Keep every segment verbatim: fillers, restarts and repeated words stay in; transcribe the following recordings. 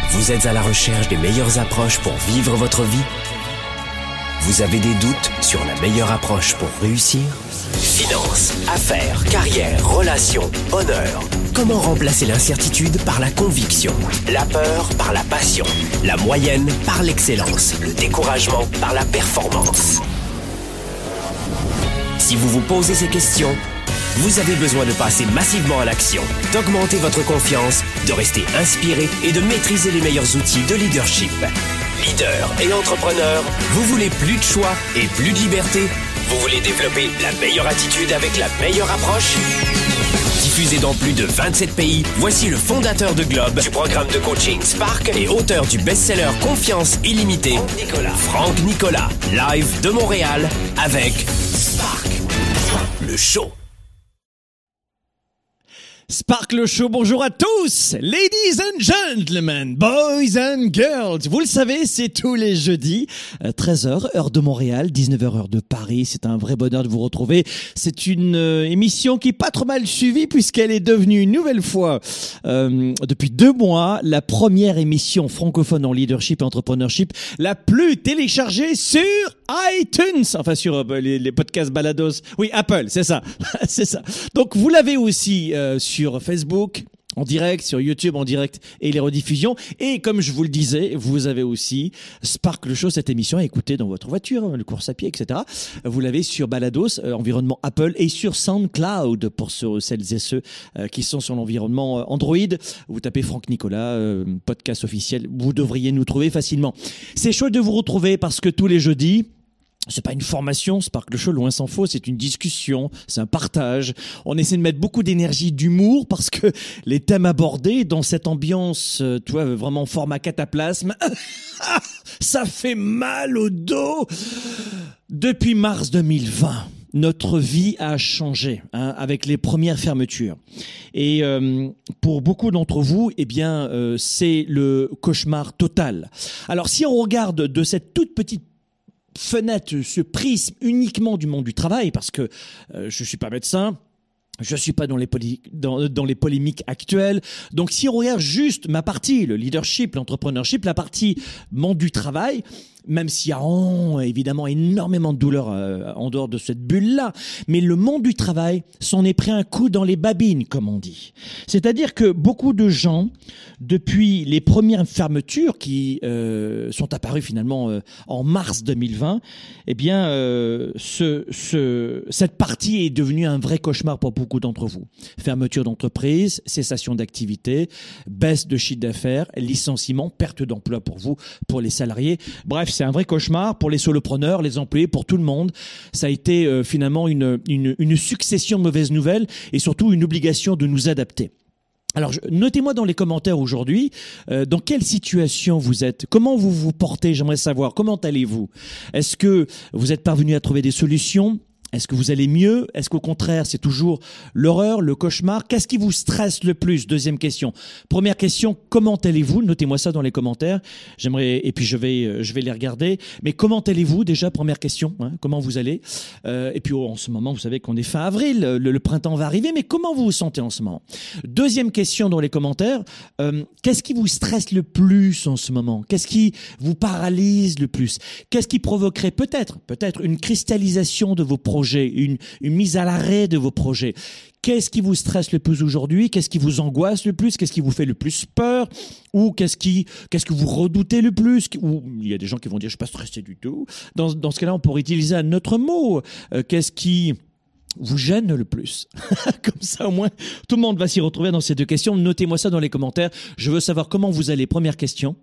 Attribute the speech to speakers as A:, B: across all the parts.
A: Vous êtes à la recherche des meilleures approches pour vivre votre vie? Vous avez des doutes sur la meilleure approche pour réussir? Finances, affaires, carrière, relations, honneur. Comment remplacer l'incertitude par la conviction? La peur par la passion? La moyenne par l'excellence? Le découragement par la performance? Si vous vous posez ces questions, vous avez besoin de passer massivement à l'action, d'augmenter votre confiance, de rester inspiré et de maîtriser les meilleurs outils de leadership. Leader et entrepreneur, vous voulez plus de choix et plus de liberté? Vous voulez développer la meilleure attitude avec la meilleure approche? Diffusé dans plus de vingt-sept pays, voici le fondateur de Globe, du programme de coaching Spark et auteur du best-seller Confiance illimitée, Franck Nicolas. Franck Nicolas, live de Montréal avec Spark, le show.
B: Spark le show, bonjour à tous, ladies and gentlemen, boys and girls. Vous le savez, c'est tous les jeudis, treize heures, heure de Montréal, dix-neuf heures, heure de Paris. C'est un vrai bonheur de vous retrouver. C'est une euh, émission qui est pas trop mal suivie puisqu'elle est devenue une nouvelle fois, euh, depuis deux mois, la première émission francophone en leadership et entrepreneurship la plus téléchargée sur iTunes, enfin sur euh, les, les podcasts balados. Oui, Apple, c'est ça, c'est ça. Donc vous l'avez aussi euh, sur sur Facebook, en direct, sur YouTube en direct et les rediffusions. Et comme je vous le disais, vous avez aussi Spark le Show, cette émission à écouter dans votre voiture, le course à pied, et cetera. Vous l'avez sur Balados, euh, environnement Apple, et sur SoundCloud pour ceux, celles et ceux euh, qui sont sur l'environnement euh, Android. Vous tapez Franck Nicolas, euh, podcast officiel, vous devriez nous trouver facilement. C'est chouette de vous retrouver parce que tous les jeudis, c'est pas une formation, Spark le Show, loin s'en faut, c'est une discussion, c'est un partage. On essaie de mettre beaucoup d'énergie, d'humour, parce que les thèmes abordés dans cette ambiance, tu vois, vraiment format cataplasme, ça fait mal au dos. Depuis mars deux mille vingt, notre vie a changé, hein, avec les premières fermetures. Et euh, pour beaucoup d'entre vous, eh bien, euh, c'est le cauchemar total. Alors, si on regarde de cette toute petite fenêtre, ce prisme uniquement du monde du travail, parce que euh, je suis pas médecin, je suis pas dans les, poly- dans, dans les polémiques actuelles. Donc, si on regarde juste ma partie, le leadership, l'entrepreneurship, la partie monde du travail, même s'il y a oh, évidemment énormément de douleurs euh, en dehors de cette bulle-là, mais le monde du travail s'en est pris un coup dans les babines, comme on dit. C'est-à-dire que beaucoup de gens, depuis les premières fermetures qui euh, sont apparues finalement euh, en mars deux mille vingt, eh bien, euh, ce, ce, cette partie est devenue un vrai cauchemar pour beaucoup d'entre vous. Fermeture d'entreprise, cessation d'activité, baisse de chiffre d'affaires, licenciement, perte d'emploi pour vous, pour les salariés. Bref, c'est un vrai cauchemar pour les solopreneurs, les employés, pour tout le monde. Ça a été euh, finalement une, une, une succession de mauvaises nouvelles et surtout une obligation de nous adapter. Alors, je, notez-moi dans les commentaires aujourd'hui, euh, dans quelle situation vous êtes, comment vous vous portez, j'aimerais savoir, comment allez-vous? Est-ce que vous êtes parvenu à trouver des solutions? Est-ce que vous allez mieux? Est-ce qu'au contraire, c'est toujours l'horreur, le cauchemar? Qu'est-ce qui vous stresse le plus? Deuxième question. Première question, comment allez-vous? Notez-moi ça dans les commentaires. J'aimerais, et puis je vais, je vais les regarder. Mais comment allez-vous déjà? Première question. Hein, comment vous allez? euh, Et puis oh, en ce moment, vous savez qu'on est fin avril, le, le printemps va arriver. Mais comment vous vous sentez en ce moment? Deuxième question dans les commentaires. Euh, qu'est-ce qui vous stresse le plus en ce moment? Qu'est-ce qui vous paralyse le plus? Qu'est-ce qui provoquerait peut-être, peut-être une cristallisation de vos projets? Une, une mise à l'arrêt de vos projets. Qu'est-ce qui vous stresse le plus aujourd'hui? Qu'est-ce qui vous angoisse le plus? Qu'est-ce qui vous fait le plus peur? Ou qu'est-ce qui, qu'est-ce que vous redoutez le plus? Ou il y a des gens qui vont dire je suis pas stressé du tout. Dans, dans ce cas-là, on pourrait utiliser un autre mot. Euh, qu'est-ce qui vous gêne le plus? Comme ça, au moins, tout le monde va s'y retrouver dans ces deux questions. Notez-moi ça dans les commentaires. Je veux savoir comment vous allez. Première question.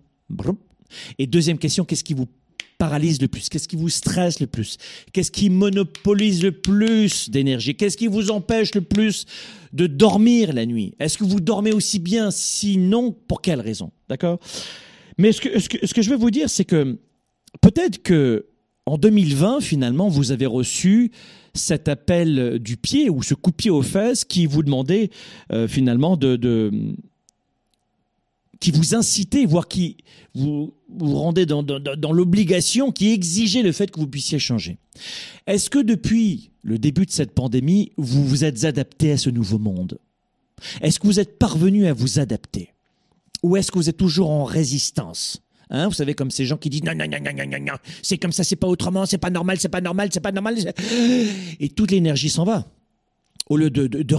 B: Et deuxième question, qu'est-ce qui vous paralyse le plus? Qu'est-ce qui vous stresse le plus? Qu'est-ce qui monopolise le plus d'énergie? Qu'est-ce qui vous empêche le plus de dormir la nuit? Est-ce que vous dormez aussi bien? Sinon, pour quelle raison? D'accord? Mais ce que, ce que, ce que je veux vous dire, c'est que peut-être que en deux mille vingt, finalement, vous avez reçu cet appel du pied ou ce coup de pied aux fesses qui vous demandait euh, finalement de... de qui vous incitait, voire qui vous, vous rendait dans, dans, dans l'obligation, qui exigeait le fait que vous puissiez changer. Est-ce que depuis le début de cette pandémie, vous vous êtes adapté à ce nouveau monde? Est-ce que vous êtes parvenu à vous adapter? Ou est-ce que vous êtes toujours en résistance ? Hein, vous savez, comme ces gens qui disent non, non, non, non, non, non, non, c'est comme ça, c'est pas autrement, c'est pas normal, c'est pas normal, c'est pas normal. Et toute l'énergie s'en va. Au lieu de, de, de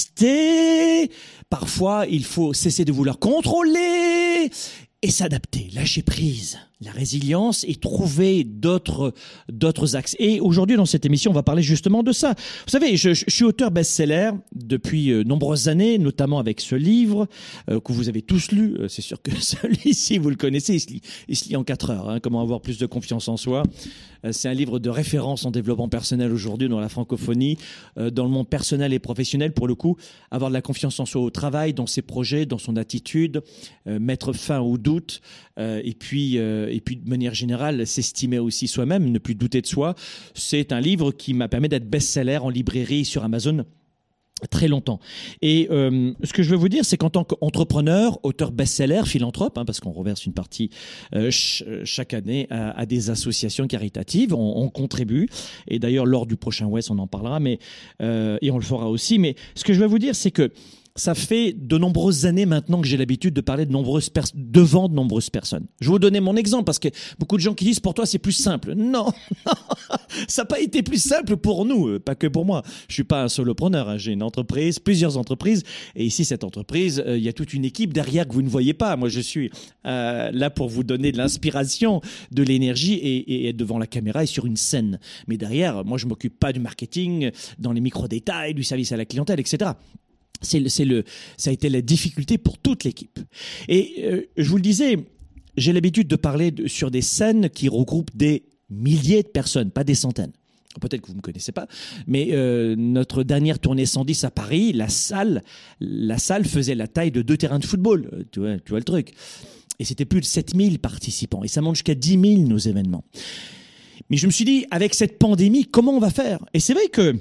B: résister, parfois il faut cesser de vouloir contrôler et s'adapter, lâcher prise, la résilience et trouver d'autres d'autres axes. Et aujourd'hui, dans cette émission, on va parler justement de ça. Vous savez, je, je suis auteur best-seller depuis euh, nombreuses années, notamment avec ce livre euh, que vous avez tous lu. Euh, c'est sûr que celui-ci, vous le connaissez, il se lit, il se lit en quatre heures. Hein, comment avoir plus de confiance en soi. Euh, c'est un livre de référence en développement personnel aujourd'hui dans la francophonie, euh, dans le monde personnel et professionnel. Pour le coup, avoir de la confiance en soi au travail, dans ses projets, dans son attitude, euh, mettre fin aux doutes, euh, et puis euh, et puis de manière générale, s'estimer aussi soi-même, ne plus douter de soi. C'est un livre qui m'a permis d'être best-seller en librairie sur Amazon très longtemps. Et euh, ce que je veux vous dire, c'est qu'en tant qu'entrepreneur, auteur best-seller, philanthrope, hein, parce qu'on reverse une partie euh, ch- chaque année à, à des associations caritatives, on, on contribue. Et d'ailleurs, lors du prochain West, on en parlera, mais euh, et on le fera aussi. Mais ce que je veux vous dire, c'est que ça fait de nombreuses années maintenant que j'ai l'habitude de parler de nombreuses pers- devant de nombreuses personnes. Je vais vous donner mon exemple parce que beaucoup de gens qui disent pour toi c'est plus simple. Non, non, ça n'a pas été plus simple pour nous, pas que pour moi. Je suis pas un solopreneur, hein. J'ai une entreprise, plusieurs entreprises, et ici cette entreprise, il euh, y a toute une équipe derrière que vous ne voyez pas. Moi je suis euh, là pour vous donner de l'inspiration, de l'énergie et, et devant la caméra et sur une scène. Mais derrière, moi je m'occupe pas du marketing, dans les micro-détails, du service à la clientèle, et cetera. C'est, c'est le, ça a été la difficulté pour toute l'équipe. Et euh, je vous le disais, j'ai l'habitude de parler de, sur des scènes qui regroupent des milliers de personnes, pas des centaines. Peut-être que vous ne me connaissez pas, mais euh, notre dernière tournée cent dix à Paris, la salle, la salle faisait la taille de deux terrains de football. Euh, tu vois, tu vois le truc. Et c'était plus de sept mille participants. Et ça monte jusqu'à dix mille nos événements. Mais je me suis dit, avec cette pandémie, comment on va faire ? Et c'est vrai que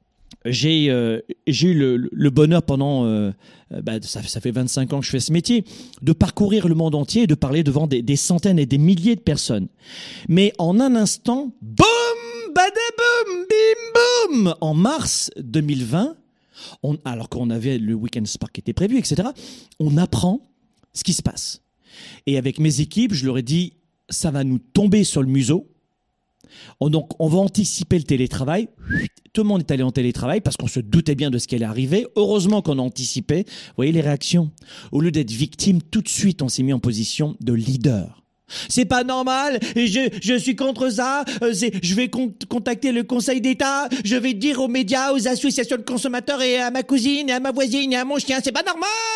B: J'ai, euh, j'ai eu le, le bonheur pendant, euh, bah, ça, ça fait vingt-cinq ans que je fais ce métier, de parcourir le monde entier et de parler devant des, des centaines et des milliers de personnes. Mais en un instant, boum, badaboum, bim, boum, en mars deux mille vingt, on, alors qu'on avait le Weekend Spark qui était prévu, et cetera, on apprend ce qui se passe. Et avec mes équipes, je leur ai dit, ça va nous tomber sur le museau. On, donc, on va anticiper le télétravail. Tout le monde est allé en télétravail parce qu'on se doutait bien de ce qui allait arriver. Heureusement qu'on a anticipé. Vous voyez les réactions ? Au lieu d'être victime, tout de suite, on s'est mis en position de leader. C'est pas normal, je, je suis contre ça, c'est, je vais con- contacter le Conseil d'État, je vais dire aux médias, aux associations de consommateurs et à ma cousine, et à ma voisine, et à mon chien, c'est pas normal !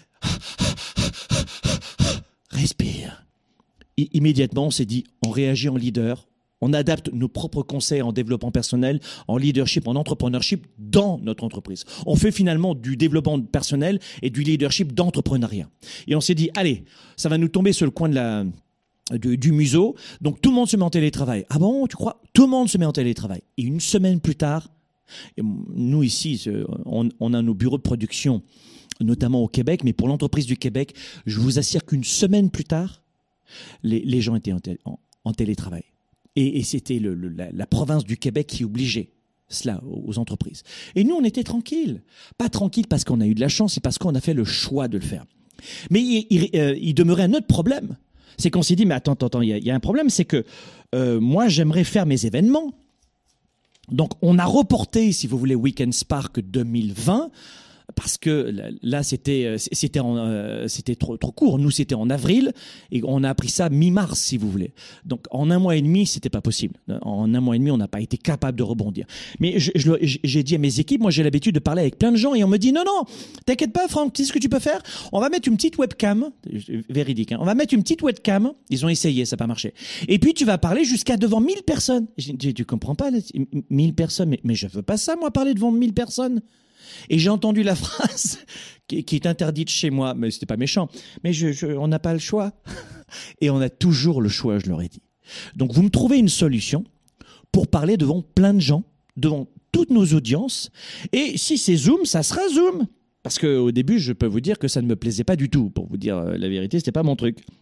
B: Respire. I- immédiatement, on s'est dit, on réagit en leader. On adapte nos propres conseils en développement personnel, en leadership, en entrepreneurship dans notre entreprise. On fait finalement du développement personnel et du leadership d'entrepreneuriat. Et on s'est dit, allez, ça va nous tomber sur le coin de la, du, du museau. Donc tout le monde se met en télétravail. Ah bon, tu crois ? Tout le monde se met en télétravail. Et une semaine plus tard, et nous ici, on, on a nos bureaux de production, notamment au Québec, mais pour l'entreprise du Québec, je vous assure qu'une semaine plus tard, les, les gens étaient en, té- en, en télétravail. Et, et c'était le, le, la, la province du Québec qui obligeait cela aux entreprises. Et nous, on était tranquilles. Pas tranquilles parce qu'on a eu de la chance, c'est parce qu'on a fait le choix de le faire. Mais il, il, euh, il demeurait un autre problème. C'est qu'on s'est dit, mais attends, attends, attends, il y a, il y a un problème, c'est que euh, moi, j'aimerais faire mes événements. Donc, on a reporté, si vous voulez, Weekend Spark deux mille vingt, parce que là, c'était, c'était, en, euh, c'était trop, trop court. Nous, c'était en avril et on a appris ça mi-mars, si vous voulez. Donc, en un mois et demi, c'était pas possible. En un mois et demi, on n'a pas été capable de rebondir. Mais je, je, j'ai dit à mes équipes, moi, j'ai l'habitude de parler avec plein de gens et on me dit, non, non, t'inquiète pas, Franck, tu sais ce que tu peux faire ? On va mettre une petite webcam, véridique, hein, on va mettre une petite webcam. Ils ont essayé, ça n'a pas marché. Et puis, tu vas parler jusqu'à devant mille personnes. J'ai dit, tu comprends pas, mille personnes, mais, mais je veux pas ça, moi, parler devant mille personnes. Et j'ai entendu la phrase qui, qui est interdite chez moi, mais c'était pas méchant. Mais je, je, on n'a pas le choix. Et on a toujours le choix, je leur ai dit. Donc vous me trouvez une solution pour parler devant plein de gens, devant toutes nos audiences. Et si c'est Zoom, ça sera Zoom. Parce qu'au début, je peux vous dire que ça ne me plaisait pas du tout. Pour vous dire la vérité, c'était pas mon truc.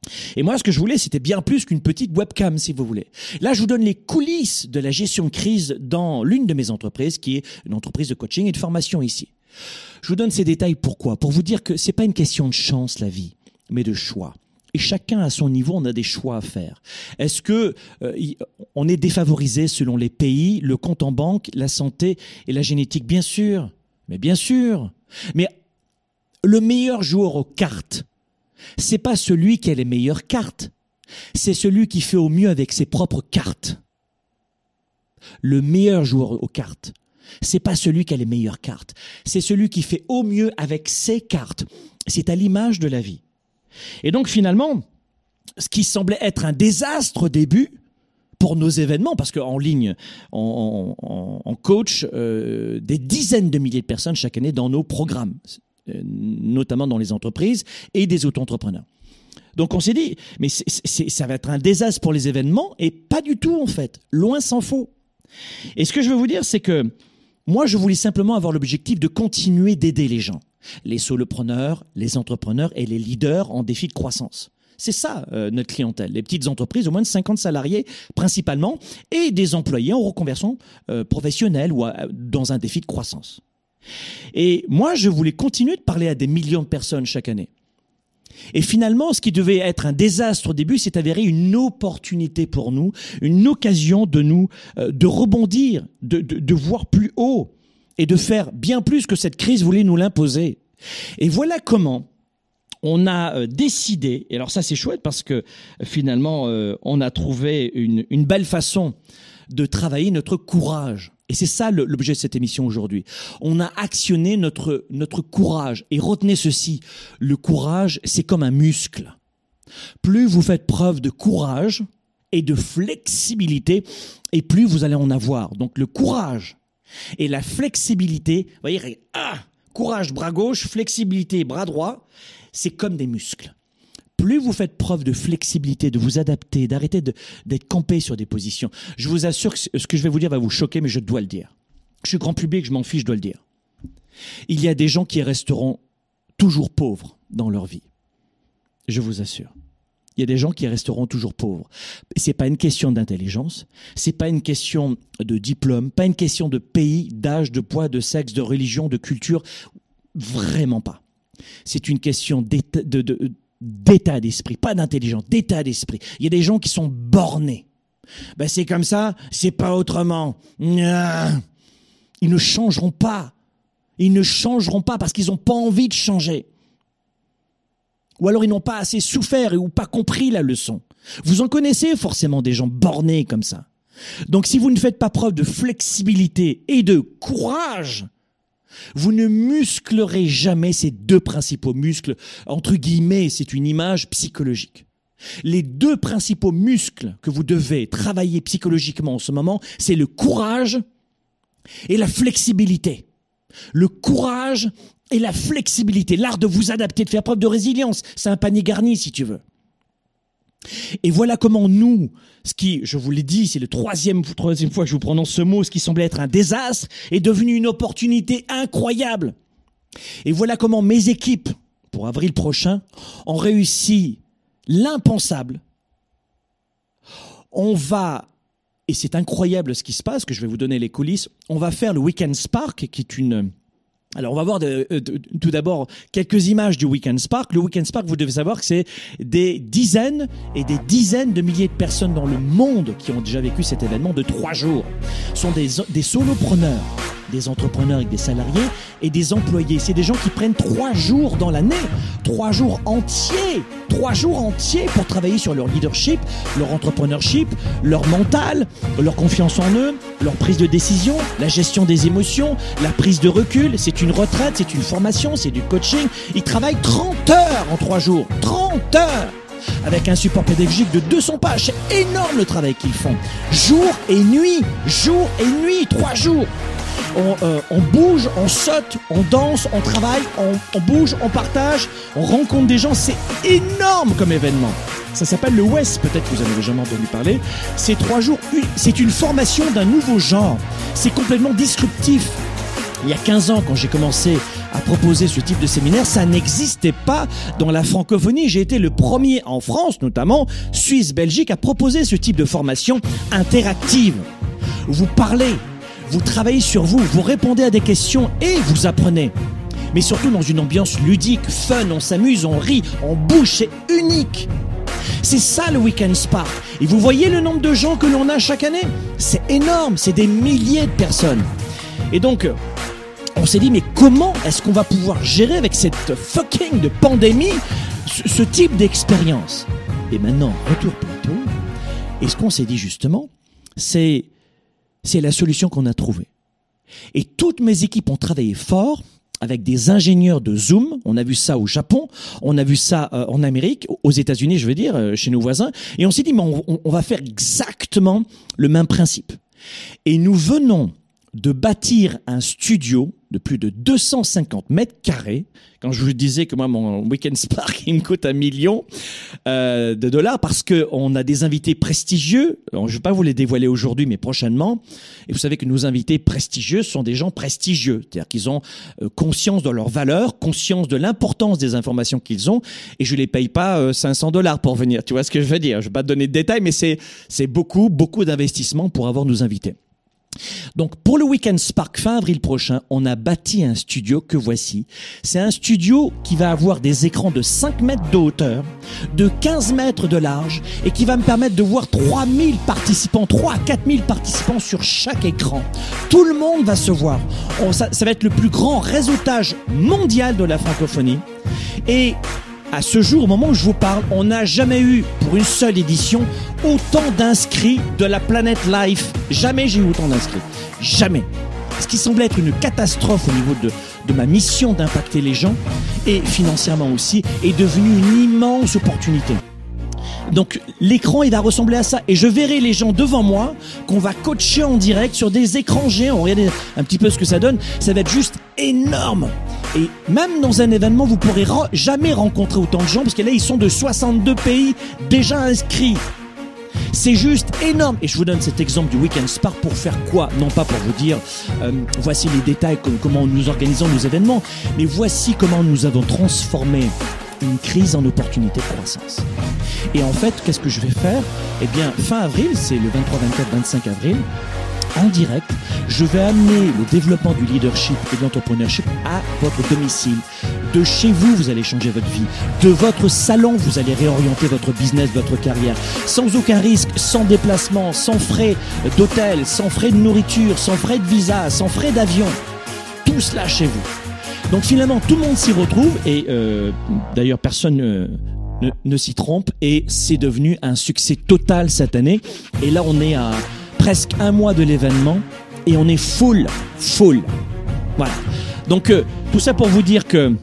B: Et moi, ce que je voulais, c'était bien plus qu'une petite webcam, si vous voulez. Là, je vous donne les coulisses de la gestion de crise dans l'une de mes entreprises, qui est une entreprise de coaching et de formation ici. Je vous donne ces détails pourquoi ? Pour vous dire que c'est pas une question de chance, la vie, mais de choix. Et chacun à son niveau, on a des choix à faire. Est-ce que euh, on est défavorisé selon les pays, le compte en banque, la santé et la génétique ? Bien sûr, mais bien sûr. Mais le meilleur joueur aux cartes, c'est pas celui qui a les meilleures cartes, c'est celui qui fait au mieux avec ses propres cartes. Le meilleur joueur aux cartes, c'est pas celui qui a les meilleures cartes, c'est celui qui fait au mieux avec ses cartes. C'est à l'image de la vie. Et donc finalement, ce qui semblait être un désastre au début pour nos événements, parce qu'en ligne, on, on, on coach euh, des dizaines de milliers de personnes chaque année dans nos programmes, notamment dans les entreprises et des auto-entrepreneurs. Donc on s'est dit, mais c'est, c'est, ça va être un désastre pour les événements, et pas du tout en fait, loin s'en faut. Et ce que je veux vous dire, c'est que moi je voulais simplement avoir l'objectif de continuer d'aider les gens, les solopreneurs, les entrepreneurs et les leaders en défi de croissance. C'est ça euh, notre clientèle, les petites entreprises, au moins de cinquante salariés principalement, et des employés en reconversion euh, professionnelle ou à, dans un défi de croissance. Et moi, je voulais continuer de parler à des millions de personnes chaque année. Et finalement, ce qui devait être un désastre au début s'est avéré une opportunité pour nous, une occasion de nous, euh, de rebondir, de, de, de voir plus haut et de faire bien plus que cette crise voulait nous l'imposer. Et voilà comment on a euh, décidé, et alors ça c'est chouette parce que euh, finalement euh, on a trouvé une, une belle façon de travailler notre courage. Et c'est ça le, l'objet de cette émission aujourd'hui. On a actionné notre, notre courage. Et retenez ceci, le courage, c'est comme un muscle. Plus vous faites preuve de courage et de flexibilité, et plus vous allez en avoir. Donc le courage et la flexibilité, vous voyez, ah, courage, bras gauche, flexibilité, bras droit, c'est comme des muscles. Plus vous faites preuve de flexibilité, de vous adapter, d'arrêter de, d'être campé sur des positions. Je vous assure que ce que je vais vous dire va vous choquer, mais je dois le dire. Je suis grand public, je m'en fiche, je dois le dire. Il y a des gens qui resteront toujours pauvres dans leur vie. Je vous assure. Il y a des gens qui resteront toujours pauvres. C'est pas une question d'intelligence, c'est pas une question de diplôme, pas une question de pays, d'âge, de poids, de sexe, de religion, de culture. Vraiment pas. C'est une question d'état, de, de d'état d'esprit, pas d'intelligence, d'état d'esprit. Il y a des gens qui sont bornés. Ben c'est comme ça, c'est pas autrement. Ils ne changeront pas. Ils ne changeront pas parce qu'ils n'ont pas envie de changer. Ou alors ils n'ont pas assez souffert ou pas compris la leçon. Vous en connaissez forcément des gens bornés comme ça. Donc si vous ne faites pas preuve de flexibilité et de courage, vous ne musclerez jamais ces deux principaux muscles. Entre guillemets, c'est une image psychologique. Les deux principaux muscles que vous devez travailler psychologiquement en ce moment, c'est le courage et la flexibilité. Le courage et la flexibilité, l'art de vous adapter, de faire preuve de résilience. C'est un panier garni, si tu veux. Et voilà comment nous, ce qui, je vous l'ai dit, c'est le troisième, troisième fois que je vous prononce ce mot, ce qui semblait être un désastre, est devenu une opportunité incroyable. Et voilà comment mes équipes, pour avril prochain, ont réussi l'impensable. On va, et c'est incroyable ce qui se passe, que je vais vous donner les coulisses, on va faire le Weekend Spark, qui est une... Alors, on va voir de, de, de, tout d'abord quelques images du Weekend Spark. Le Weekend Spark, vous devez savoir que c'est des dizaines et des dizaines de milliers de personnes dans le monde qui ont déjà vécu cet événement de trois jours. Ce sont des, des solopreneurs, des entrepreneurs avec des salariés et des employés. C'est des gens qui prennent trois jours dans l'année, trois jours entiers, trois jours entiers pour travailler sur leur leadership, leur entrepreneurship, leur mental, leur confiance en eux, leur prise de décision, la gestion des émotions, la prise de recul. C'est une retraite, c'est une formation, c'est du coaching. Ils travaillent trente heures en trois jours. trente heures avec un support pédagogique de deux cents pages. C'est énorme le travail qu'ils font. Jour et nuit, jour et nuit, trois jours. On, euh, on bouge, on saute, on danse, on travaille, on, on bouge, on partage, on rencontre des gens. C'est énorme comme événement. Ça s'appelle le W E S, peut-être que vous en avez jamais entendu parler. C'est trois jours, c'est une formation d'un nouveau genre. C'est complètement disruptif. Il y a quinze ans, quand j'ai commencé à proposer ce type de séminaire, ça n'existait pas dans la francophonie. J'ai été le premier en France, notamment Suisse, Belgique, à proposer ce type de formation interactive. Vous parlez, vous travaillez sur vous, vous répondez à des questions et vous apprenez. Mais surtout dans une ambiance ludique, fun, on s'amuse, on rit, on bouge, c'est unique. C'est ça le Weekend Spark. Et vous voyez le nombre de gens que l'on a chaque année? C'est énorme, c'est des milliers de personnes. Et donc, on s'est dit, mais comment est-ce qu'on va pouvoir gérer avec cette fucking de pandémie ce, ce type d'expérience? Et maintenant, retour plateau. Et ce qu'on s'est dit justement, c'est, c'est la solution qu'on a trouvée. Et toutes mes équipes ont travaillé fort avec des ingénieurs de Zoom. On a vu ça au Japon, on a vu ça euh, en Amérique, aux États-Unis, je veux dire, euh, chez nos voisins. Et on s'est dit, mais on, on, on va faire exactement le même principe. Et nous venons de bâtir un studio de plus de deux cent cinquante mètres carrés. Quand je vous disais que moi, mon Weekend Spark, il me coûte un million euh, de dollars parce que on a des invités prestigieux. Alors, je ne vais pas vous les dévoiler aujourd'hui, mais prochainement. Et vous savez que nos invités prestigieux sont des gens prestigieux. C'est-à-dire qu'ils ont euh, conscience de leur valeur, conscience de l'importance des informations qu'ils ont. Et je les paye pas euh, cinq cents dollars pour venir. Tu vois ce que je veux dire? Je vais pas te donner de détails, mais c'est, c'est beaucoup, beaucoup d'investissements pour avoir nos invités. Donc, pour le Weekend Spark fin avril prochain, on a bâti un studio que voici. C'est un studio qui va avoir des écrans de cinq mètres de hauteur, de quinze mètres de large et qui va me permettre de voir trois mille participants, trois à quatre mille participants sur chaque écran. Tout le monde va se voir. On, ça, ça va être le plus grand réseautage mondial de la francophonie. Et à ce jour, au moment où je vous parle, on n'a jamais eu, pour une seule édition, autant d'inscrits de la planète Life. Jamais j'ai eu autant d'inscrits. Jamais. Ce qui semblait être une catastrophe au niveau de, de ma mission d'impacter les gens, et financièrement aussi, est devenu une immense opportunité. Donc l'écran, il va ressembler à ça. Et je verrai les gens devant moi qu'on va coacher en direct sur des écrans géants. Regardez un petit peu ce que ça donne. Ça va être juste énorme. Et même dans un événement, vous pourrez ra- jamais rencontrer autant de gens parce que là, ils sont de soixante-deux pays déjà inscrits. C'est juste énorme. Et je vous donne cet exemple du Weekend Spark pour faire quoi? Non pas pour vous dire euh, voici les détails, comme, comment nous organisons nos événements, mais voici comment nous avons transformé une crise en opportunité de croissance. Et en fait, qu'est-ce que je vais faire? Eh bien, fin avril, c'est le vingt-trois, vingt-quatre, vingt-cinq avril, en direct, je vais amener le développement du leadership et de l'entrepreneurship à votre domicile. De chez vous, vous allez changer votre vie. De votre salon, vous allez réorienter votre business, votre carrière. Sans aucun risque, sans déplacement, sans frais d'hôtel, sans frais de nourriture, sans frais de visa, sans frais d'avion. Tout cela chez vous. Donc finalement, tout le monde s'y retrouve et euh, d'ailleurs, personne ne, ne, ne s'y trompe et c'est devenu un succès total cette année. Et là, on est à presque un mois de l'événement et on est full, full. Voilà. Donc, euh, tout ça pour vous dire que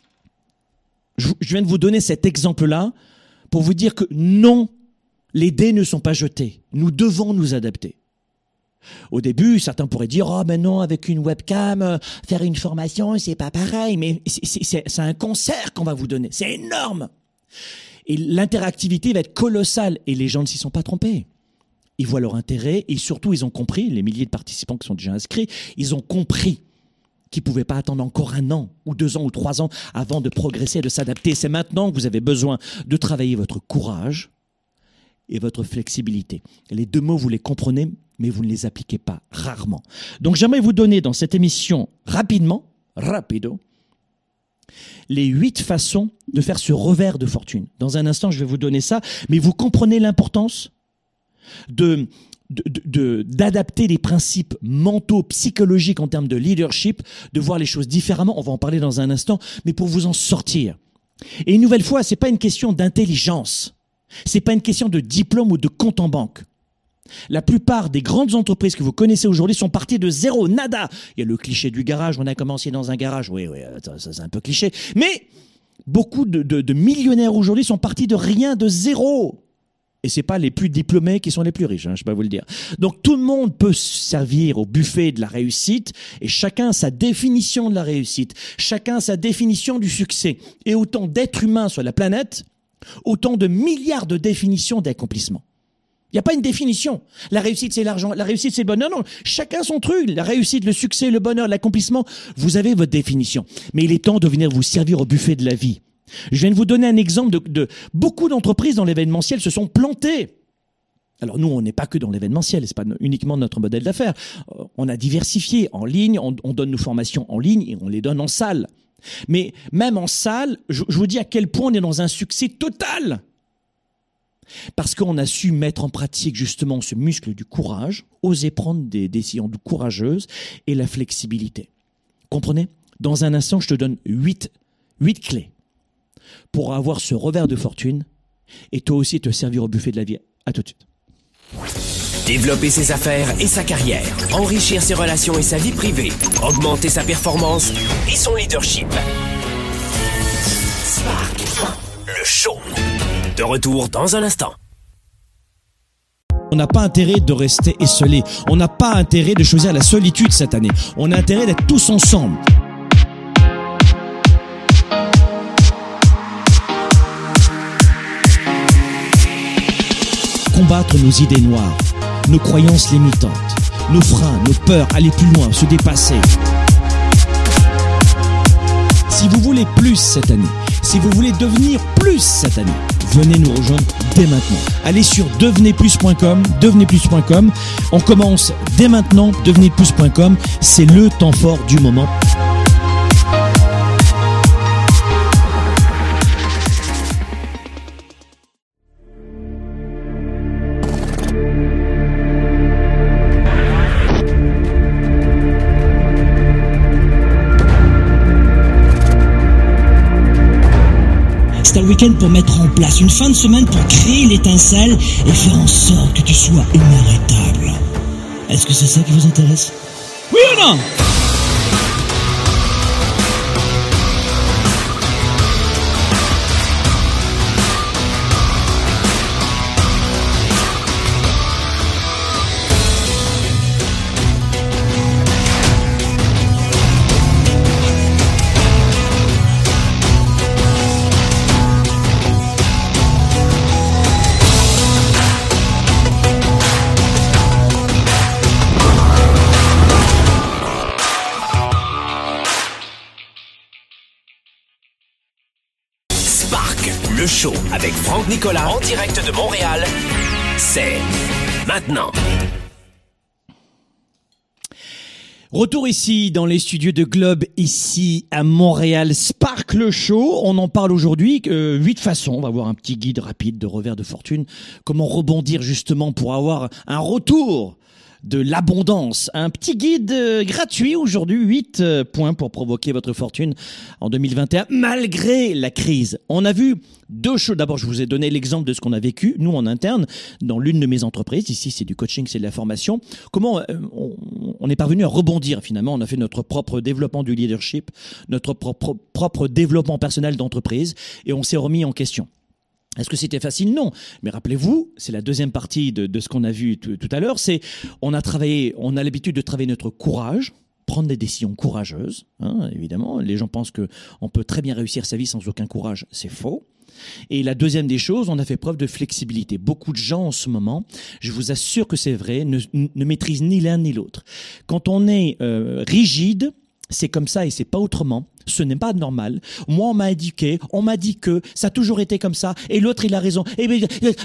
B: je, je viens de vous donner cet exemple-là pour vous dire que non, les dés ne sont pas jetés. Nous devons nous adapter. Au début, certains pourraient dire « Oh, mais non, avec une webcam, euh, faire une formation, c'est pas pareil. » Mais c'est, c'est, c'est, c'est un concert qu'on va vous donner. C'est énorme. Et l'interactivité va être colossale. Et les gens ne s'y sont pas trompés. Ils voient leur intérêt et surtout, ils ont compris, les milliers de participants qui sont déjà inscrits, ils ont compris qu'ils ne pouvaient pas attendre encore un an ou deux ans ou trois ans avant de progresser et de s'adapter. C'est maintenant que vous avez besoin de travailler votre courage et votre flexibilité. Les deux mots, vous les comprenez, mais vous ne les appliquez pas, rarement. Donc, j'aimerais vous donner dans cette émission, rapidement, rapido, les huit façons de faire ce revers de fortune. Dans un instant, je vais vous donner ça, mais vous comprenez l'importance de, de, de, d'adapter les principes mentaux, psychologiques en termes de leadership, de voir les choses différemment. On va en parler dans un instant, mais pour vous en sortir. Et une nouvelle fois, c'est pas une question d'intelligence. C'est pas une question de diplôme ou de compte en banque. La plupart des grandes entreprises que vous connaissez aujourd'hui sont parties de zéro, nada. Il y a le cliché du garage, on a commencé dans un garage. Oui, oui, ça, ça c'est un peu cliché. Mais beaucoup de, de, de millionnaires aujourd'hui sont partis de rien, de zéro. Et c'est pas les plus diplômés qui sont les plus riches, hein, je vais pas vous le dire. Donc tout le monde peut servir au buffet de la réussite et chacun a sa définition de la réussite, chacun a sa définition du succès. Et autant d'êtres humains sur la planète, autant de milliards de définitions d'accomplissement. Il n'y a pas une définition. La réussite, c'est l'argent. La réussite, c'est le bonheur. Non, chacun son truc. La réussite, le succès, le bonheur, l'accomplissement. Vous avez votre définition. Mais il est temps de venir vous servir au buffet de la vie. Je viens de vous donner un exemple de, de beaucoup d'entreprises dans l'événementiel se sont plantées. Alors nous, on n'est pas que dans l'événementiel, c'est pas uniquement notre modèle d'affaires. On a diversifié en ligne, on, on donne nos formations en ligne et on les donne en salle. Mais même en salle, je, je vous dis à quel point on est dans un succès total. Parce qu'on a su mettre en pratique justement ce muscle du courage, oser prendre des décisions courageuses et la flexibilité. Comprenez ? Dans un instant, je te donne huit, huit clés pour avoir ce revers de fortune et toi aussi te servir au buffet de la vie. À tout de suite.
A: Développer ses affaires et sa carrière, enrichir ses relations et sa vie privée, augmenter sa performance et son leadership. Spark, le show. De retour dans un instant.
B: On n'a pas intérêt de rester esselé. On n'a pas intérêt de choisir la solitude cette année. On a intérêt d'être tous ensemble. Combattre nos idées noires, nos croyances limitantes, nos freins, nos peurs, aller plus loin, se dépasser. Si vous voulez plus cette année, si vous voulez devenir plus cette année, venez nous rejoindre dès maintenant. Allez sur devenez plus point com, devenez plus point com. On commence dès maintenant, devenez plus point com. C'est le temps fort du moment.
C: C'est un week-end pour mettre en place, une fin de semaine pour créer l'étincelle et faire en sorte que tu sois inarrêtable. Est-ce que c'est ça qui vous intéresse? Oui ou non?
A: Le show avec Franck Nicolas en direct de Montréal, c'est maintenant.
B: Retour ici dans les studios de Globe, ici à Montréal, Spark le show. On en parle aujourd'hui, euh, huit façons. On va voir un petit guide rapide de revers de fortune. Comment rebondir justement pour avoir un retour de l'abondance. Un petit guide euh, gratuit aujourd'hui, huit euh, points pour provoquer votre fortune en deux mille vingt et un, malgré la crise. On a vu deux choses. D'abord, je vous ai donné l'exemple de ce qu'on a vécu, nous en interne, dans l'une de mes entreprises. Ici, c'est du coaching, c'est de la formation. Comment euh, on, on est parvenu à rebondir finalement. On a fait notre propre développement du leadership, notre propre, propre développement personnel d'entreprise et on s'est remis en question. Est-ce que c'était facile? Non. Mais rappelez-vous, c'est la deuxième partie de, de ce qu'on a vu tout, tout à l'heure, c'est on a travaillé, on a l'habitude de travailler notre courage, prendre des décisions courageuses, hein, évidemment. Les gens pensent que on peut très bien réussir sa vie sans aucun courage, c'est faux. Et la deuxième des choses, on a fait preuve de flexibilité. Beaucoup de gens en ce moment, je vous assure que c'est vrai, ne, ne maîtrisent ni l'un ni l'autre. Quand on est euh, rigide, c'est comme ça et c'est pas autrement. Ce n'est pas normal. Moi, on m'a éduqué, on m'a dit que ça a toujours été comme ça, et l'autre, il a raison. Et ben,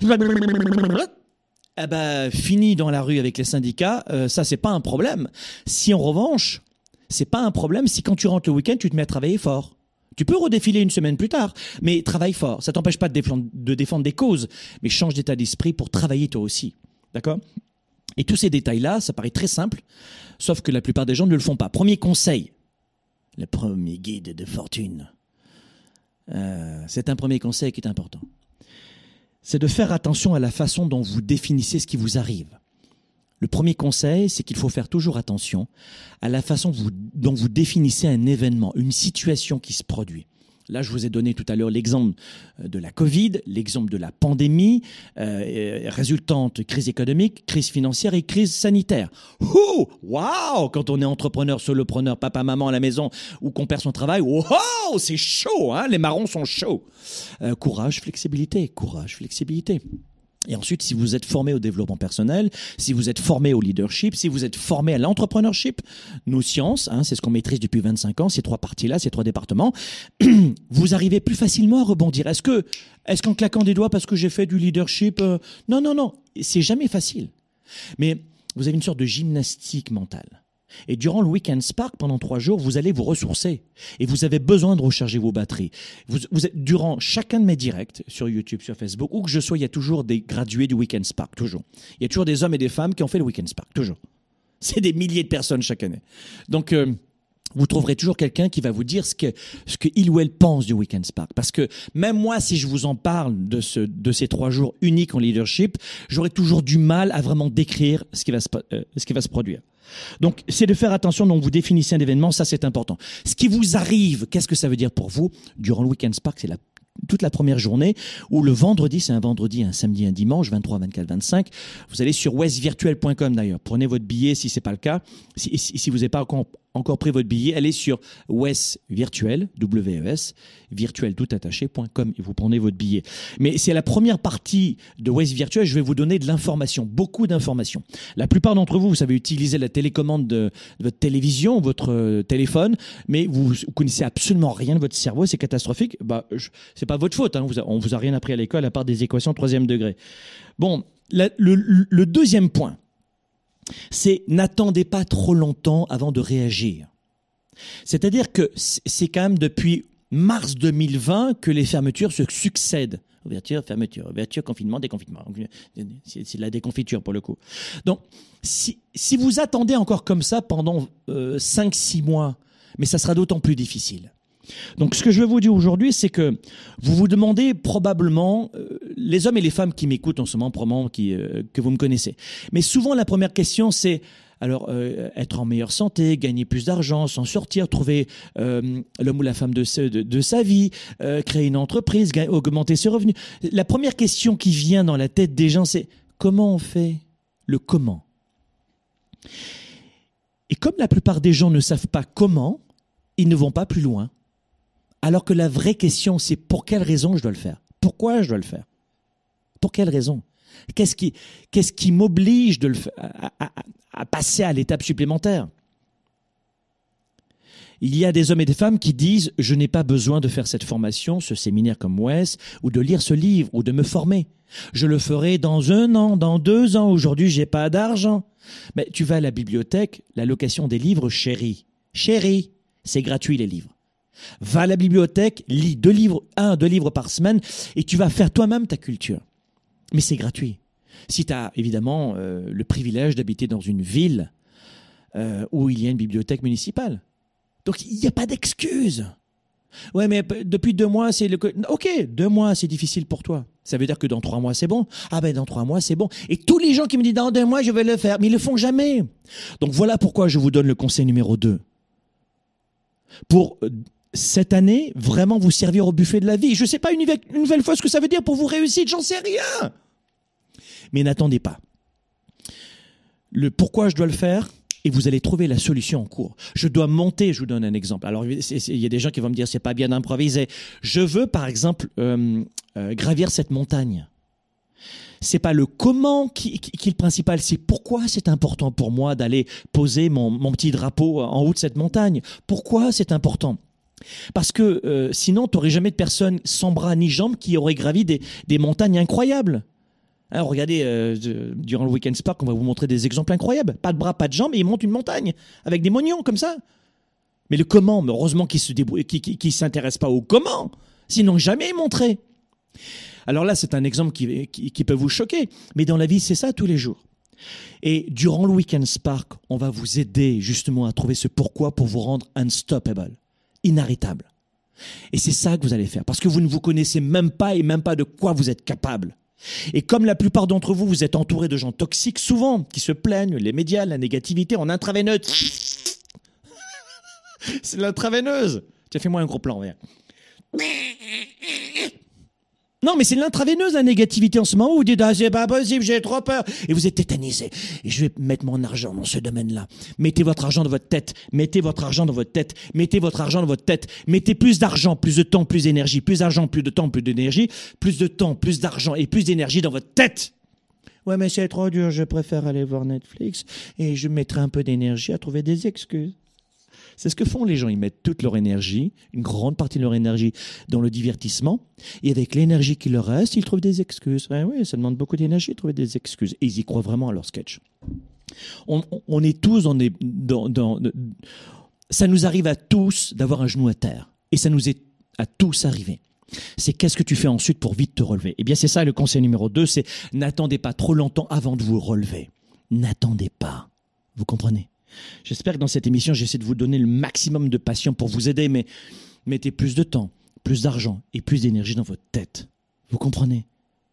B: eh ben, fini dans la rue avec les syndicats, euh, ça, c'est pas un problème. Si en revanche, c'est pas un problème si quand tu rentres le week-end, tu te mets à travailler fort. Tu peux redéfiler une semaine plus tard, mais travaille fort. Ça t'empêche pas de défendre, de défendre des causes, mais change d'état d'esprit pour travailler toi aussi. D'accord ? Et tous ces détails-là, ça paraît très simple, sauf que la plupart des gens ne le font pas. Premier conseil. Le premier guide de fortune. Euh, c'est un premier conseil qui est important. C'est de faire attention à la façon dont vous définissez ce qui vous arrive. Le premier conseil, c'est qu'il faut faire toujours attention à la façon vous, dont vous définissez un événement, une situation qui se produit. Là, je vous ai donné tout à l'heure l'exemple de la Covid, l'exemple de la pandémie, euh, résultante crise économique, crise financière et crise sanitaire. Ouh, waouh! Quand on est entrepreneur, solopreneur, papa, maman à la maison ou qu'on perd son travail, wow, c'est chaud, hein? Les marrons sont chauds. Euh, courage, flexibilité, courage, flexibilité. Et ensuite, si vous êtes formé au développement personnel, si vous êtes formé au leadership, si vous êtes formé à l'entrepreneurship, nos sciences, hein, c'est ce qu'on maîtrise depuis vingt-cinq ans, ces trois parties-là, ces trois départements, vous arrivez plus facilement à rebondir. Est-ce que, est-ce qu'en claquant des doigts parce que j'ai fait du leadership, euh, non, non, non, c'est jamais facile. Mais vous avez une sorte de gymnastique mentale. Et durant le Weekend Spark, pendant trois jours, vous allez vous ressourcer. Et vous avez besoin de recharger vos batteries. Vous, vous êtes, durant chacun de mes directs, sur YouTube, sur Facebook, où que je sois, il y a toujours des gradués du Weekend Spark, toujours. Il y a toujours des hommes et des femmes qui ont fait le Weekend Spark, toujours. C'est des milliers de personnes chaque année. Donc, euh, vous trouverez toujours quelqu'un qui va vous dire ce que, ce que il ou elle pense du Weekend Spark. Parce que même moi, si je vous en parle de, ce, de ces trois jours uniques en leadership, j'aurai toujours du mal à vraiment décrire ce qui va se, euh, ce qui va se produire. Donc, c'est de faire attention, donc vous définissez un événement, ça c'est important. Ce qui vous arrive, qu'est-ce que ça veut dire pour vous? Durant le Weekend Spark, c'est la, toute la première journée, où le vendredi, c'est un vendredi, un samedi, un dimanche, vingt-trois, vingt-quatre, vingt-cinq. Vous allez sur west virtuel point com d'ailleurs. Prenez votre billet si c'est pas le cas. Si, si, si vous n'avez pas encore, encore pris votre billet, allez sur west virtuel, W E S, virtuel tout attaché point com et vous prenez votre billet. Mais c'est la première partie de West Virtuel, je vais vous donner de l'information, beaucoup d'informations. La plupart d'entre vous, vous savez utiliser la télécommande de, de votre télévision, votre euh, téléphone, mais vous, vous connaissez absolument rien de votre cerveau, c'est catastrophique. Bah, je, c'est pas votre faute, hein, vous a, on vous a rien appris à l'école à part des équations de troisième degré. Bon, la, le, le deuxième point, c'est n'attendez pas trop longtemps avant de réagir. C'est-à-dire que c'est quand même depuis mars deux mille vingt que les fermetures se succèdent. Ouverture, fermeture, ouverture, confinement, déconfinement. C'est, c'est de la déconfiture pour le coup. Donc, si, si vous attendez encore comme ça pendant euh, cinq six mois, mais ça sera d'autant plus difficile. Donc, ce que je veux vous dire aujourd'hui, c'est que vous vous demandez probablement, euh, les hommes et les femmes qui m'écoutent en ce moment, probablement qui, euh, que vous me connaissez. Mais souvent, la première question, c'est alors euh, être en meilleure santé, gagner plus d'argent, s'en sortir, trouver euh, l'homme ou la femme de, de, de sa vie, euh, créer une entreprise, ga- augmenter ses revenus. La première question qui vient dans la tête des gens, c'est comment on fait le comment. Et comme la plupart des gens ne savent pas comment, ils ne vont pas plus loin. Alors que la vraie question, c'est pour quelle raison je dois le faire? Pourquoi je dois le faire? Pour quelle raison? Qu'est-ce qui, qu'est-ce qui m'oblige de le faire, à, à, à passer à l'étape supplémentaire? Il y a des hommes et des femmes qui disent « Je n'ai pas besoin de faire cette formation, ce séminaire comme Wes, ou de lire ce livre, ou de me former. Je le ferai dans un an, dans deux ans. Aujourd'hui, j'ai pas d'argent. » Mais tu vas à la bibliothèque, la location des livres, chérie. Chérie, c'est gratuit les livres. Va à la bibliothèque, lis deux livres, un, deux livres par semaine, et tu vas faire toi-même ta culture. Mais c'est gratuit. Si tu as évidemment euh, le privilège d'habiter dans une ville euh, où il y a une bibliothèque municipale. Donc il n'y a pas d'excuse. Ouais, mais depuis deux mois, c'est le... Ok, deux mois, c'est difficile pour toi. Ça veut dire que dans trois mois, c'est bon. Ah ben, dans trois mois, c'est bon. Et tous les gens qui me disent, dans deux mois, je vais le faire, mais ils le font jamais. Donc voilà pourquoi je vous donne le conseil numéro deux. Pour euh, cette année, vraiment vous servir au buffet de la vie. Je ne sais pas une, une nouvelle fois ce que ça veut dire pour vous réussir, j'en sais rien. Mais n'attendez pas. Le pourquoi je dois le faire, et vous allez trouver la solution en cours. Je dois monter, je vous donne un exemple. Alors, il y a des gens qui vont me dire, c'est pas bien d'improviser. Je veux, par exemple, euh, euh, gravir cette montagne. C'est pas le comment qui, qui, qui est le principal, c'est pourquoi c'est important pour moi d'aller poser mon, mon petit drapeau en haut de cette montagne. Pourquoi c'est important? Parce que euh, sinon, tu n'aurais jamais de personne sans bras ni jambes qui aurait gravi des, des montagnes incroyables. Alors, regardez, euh, durant le Weekend Spark, on va vous montrer des exemples incroyables. Pas de bras, pas de jambes, et ils montent une montagne avec des mognons comme ça. Mais le comment, mais heureusement qu'ils ne se qui, qui, qui s'intéressent pas au comment, sinon jamais montré. Alors là, c'est un exemple qui, qui, qui peut vous choquer, mais dans la vie, c'est ça tous les jours. Et durant le Weekend Spark, on va vous aider justement à trouver ce pourquoi pour vous rendre unstoppable, inarrêtable. Et c'est ça que vous allez faire, parce que vous ne vous connaissez même pas et même pas de quoi vous êtes capable. Et comme la plupart d'entre vous, vous êtes entourés de gens toxiques, souvent, qui se plaignent, les médias, la négativité, en intraveineuse. C'est l'intraveineuse. Tiens, fais-moi un gros plan, viens. Non, mais c'est l'intraveineuse, la négativité en ce moment où vous dites « Ah, c'est pas possible, j'ai trop peur !» Et vous êtes tétanisé. Et je vais mettre mon argent dans ce domaine-là. Mettez votre argent dans votre tête. Mettez votre argent dans votre tête. Mettez votre argent dans votre tête. Mettez plus d'argent, plus de temps, plus d'énergie. Plus d'argent, plus de temps, plus d'énergie. Plus de temps, plus d'argent et plus d'énergie dans votre tête. Ouais, mais c'est trop dur, je préfère aller voir Netflix et je mettrai un peu d'énergie à trouver des excuses. C'est ce que font les gens, ils mettent toute leur énergie, une grande partie de leur énergie dans le divertissement, et avec l'énergie qui leur reste, ils trouvent des excuses. Ouais, oui, ça demande beaucoup d'énergie de trouver des excuses, et ils y croient vraiment à leur sketch. On, on est tous dans des... Dans, dans, ça nous arrive à tous d'avoir un genou à terre, et ça nous est à tous arrivé. C'est qu'est-ce que tu fais ensuite pour vite te relever? Eh bien, c'est ça le conseil numéro deux, c'est n'attendez pas trop longtemps avant de vous relever. N'attendez pas. Vous comprenez? J'espère que dans cette émission, j'essaie de vous donner le maximum de passion pour vous aider, mais mettez plus de temps, plus d'argent et plus d'énergie dans votre tête. Vous comprenez?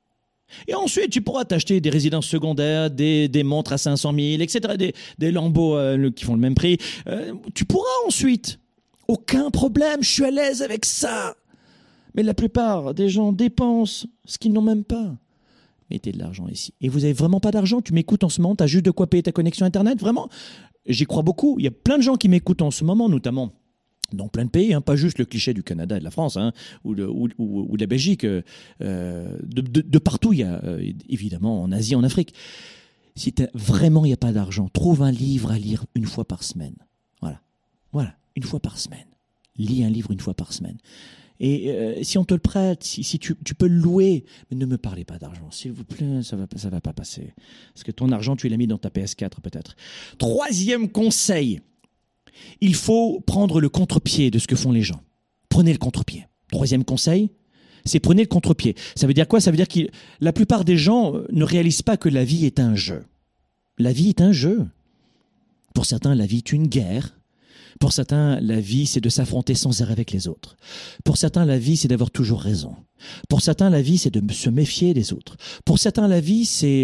B: Et ensuite, tu pourras t'acheter des résidences secondaires, des, des montres à cinq cent mille, et cetera, des, des lambeaux euh, qui font le même prix. Euh, tu pourras ensuite. Aucun problème, je suis à l'aise avec ça. Mais la plupart des gens dépensent ce qu'ils n'ont même pas. Mettez de l'argent ici. Et vous n'avez vraiment pas d'argent? Tu m'écoutes en ce moment, tu as juste de quoi payer ta connexion Internet? Vraiment? J'y crois beaucoup. Il y a plein de gens qui m'écoutent en ce moment, notamment dans plein de pays, hein, pas juste le cliché du Canada et de la France, hein, ou, de, ou, ou, ou de la Belgique. Euh, de, de, de partout, il y a euh, évidemment en Asie, en Afrique. Si vraiment il n'y a pas d'argent, trouve un livre à lire une fois par semaine. Voilà. Voilà, une fois par semaine. Lis un livre une fois par semaine. Et euh, si on te le prête, si, si tu, tu peux le louer, mais ne me parlez pas d'argent, s'il vous plaît, ça va, ça va pas passer. Parce que ton argent, tu l'as mis dans ta P S quatre peut-être. Troisième conseil, il faut prendre le contre-pied de ce que font les gens. Prenez le contre-pied. Troisième conseil, c'est prenez le contre-pied. Ça veut dire quoi? Ça veut dire que la plupart des gens ne réalisent pas que la vie est un jeu. La vie est un jeu. Pour certains, la vie est une guerre. Pour certains, la vie, c'est de s'affronter sans arrêt avec les autres. Pour certains, la vie, c'est d'avoir toujours raison. Pour certains, la vie, c'est de se méfier des autres. Pour certains, la vie, c'est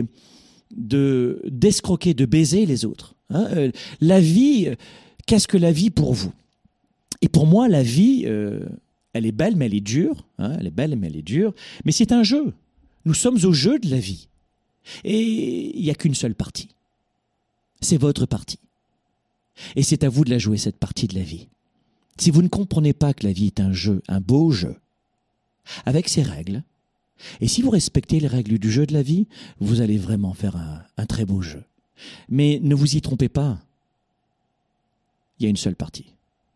B: de d'escroquer, de baiser les autres. Hein, euh, la vie, qu'est-ce que la vie pour vous? Et pour moi, la vie, euh, elle est belle, mais elle est dure. Hein, elle est belle, mais elle est dure. Mais c'est un jeu. Nous sommes au jeu de la vie. Et il n'y a qu'une seule partie. C'est votre partie. Et c'est à vous de la jouer, cette partie de la vie. Si vous ne comprenez pas que la vie est un jeu, un beau jeu, avec ses règles, et si vous respectez les règles du jeu de la vie, vous allez vraiment faire un, un très beau jeu. Mais ne vous y trompez pas. Il y a une seule partie.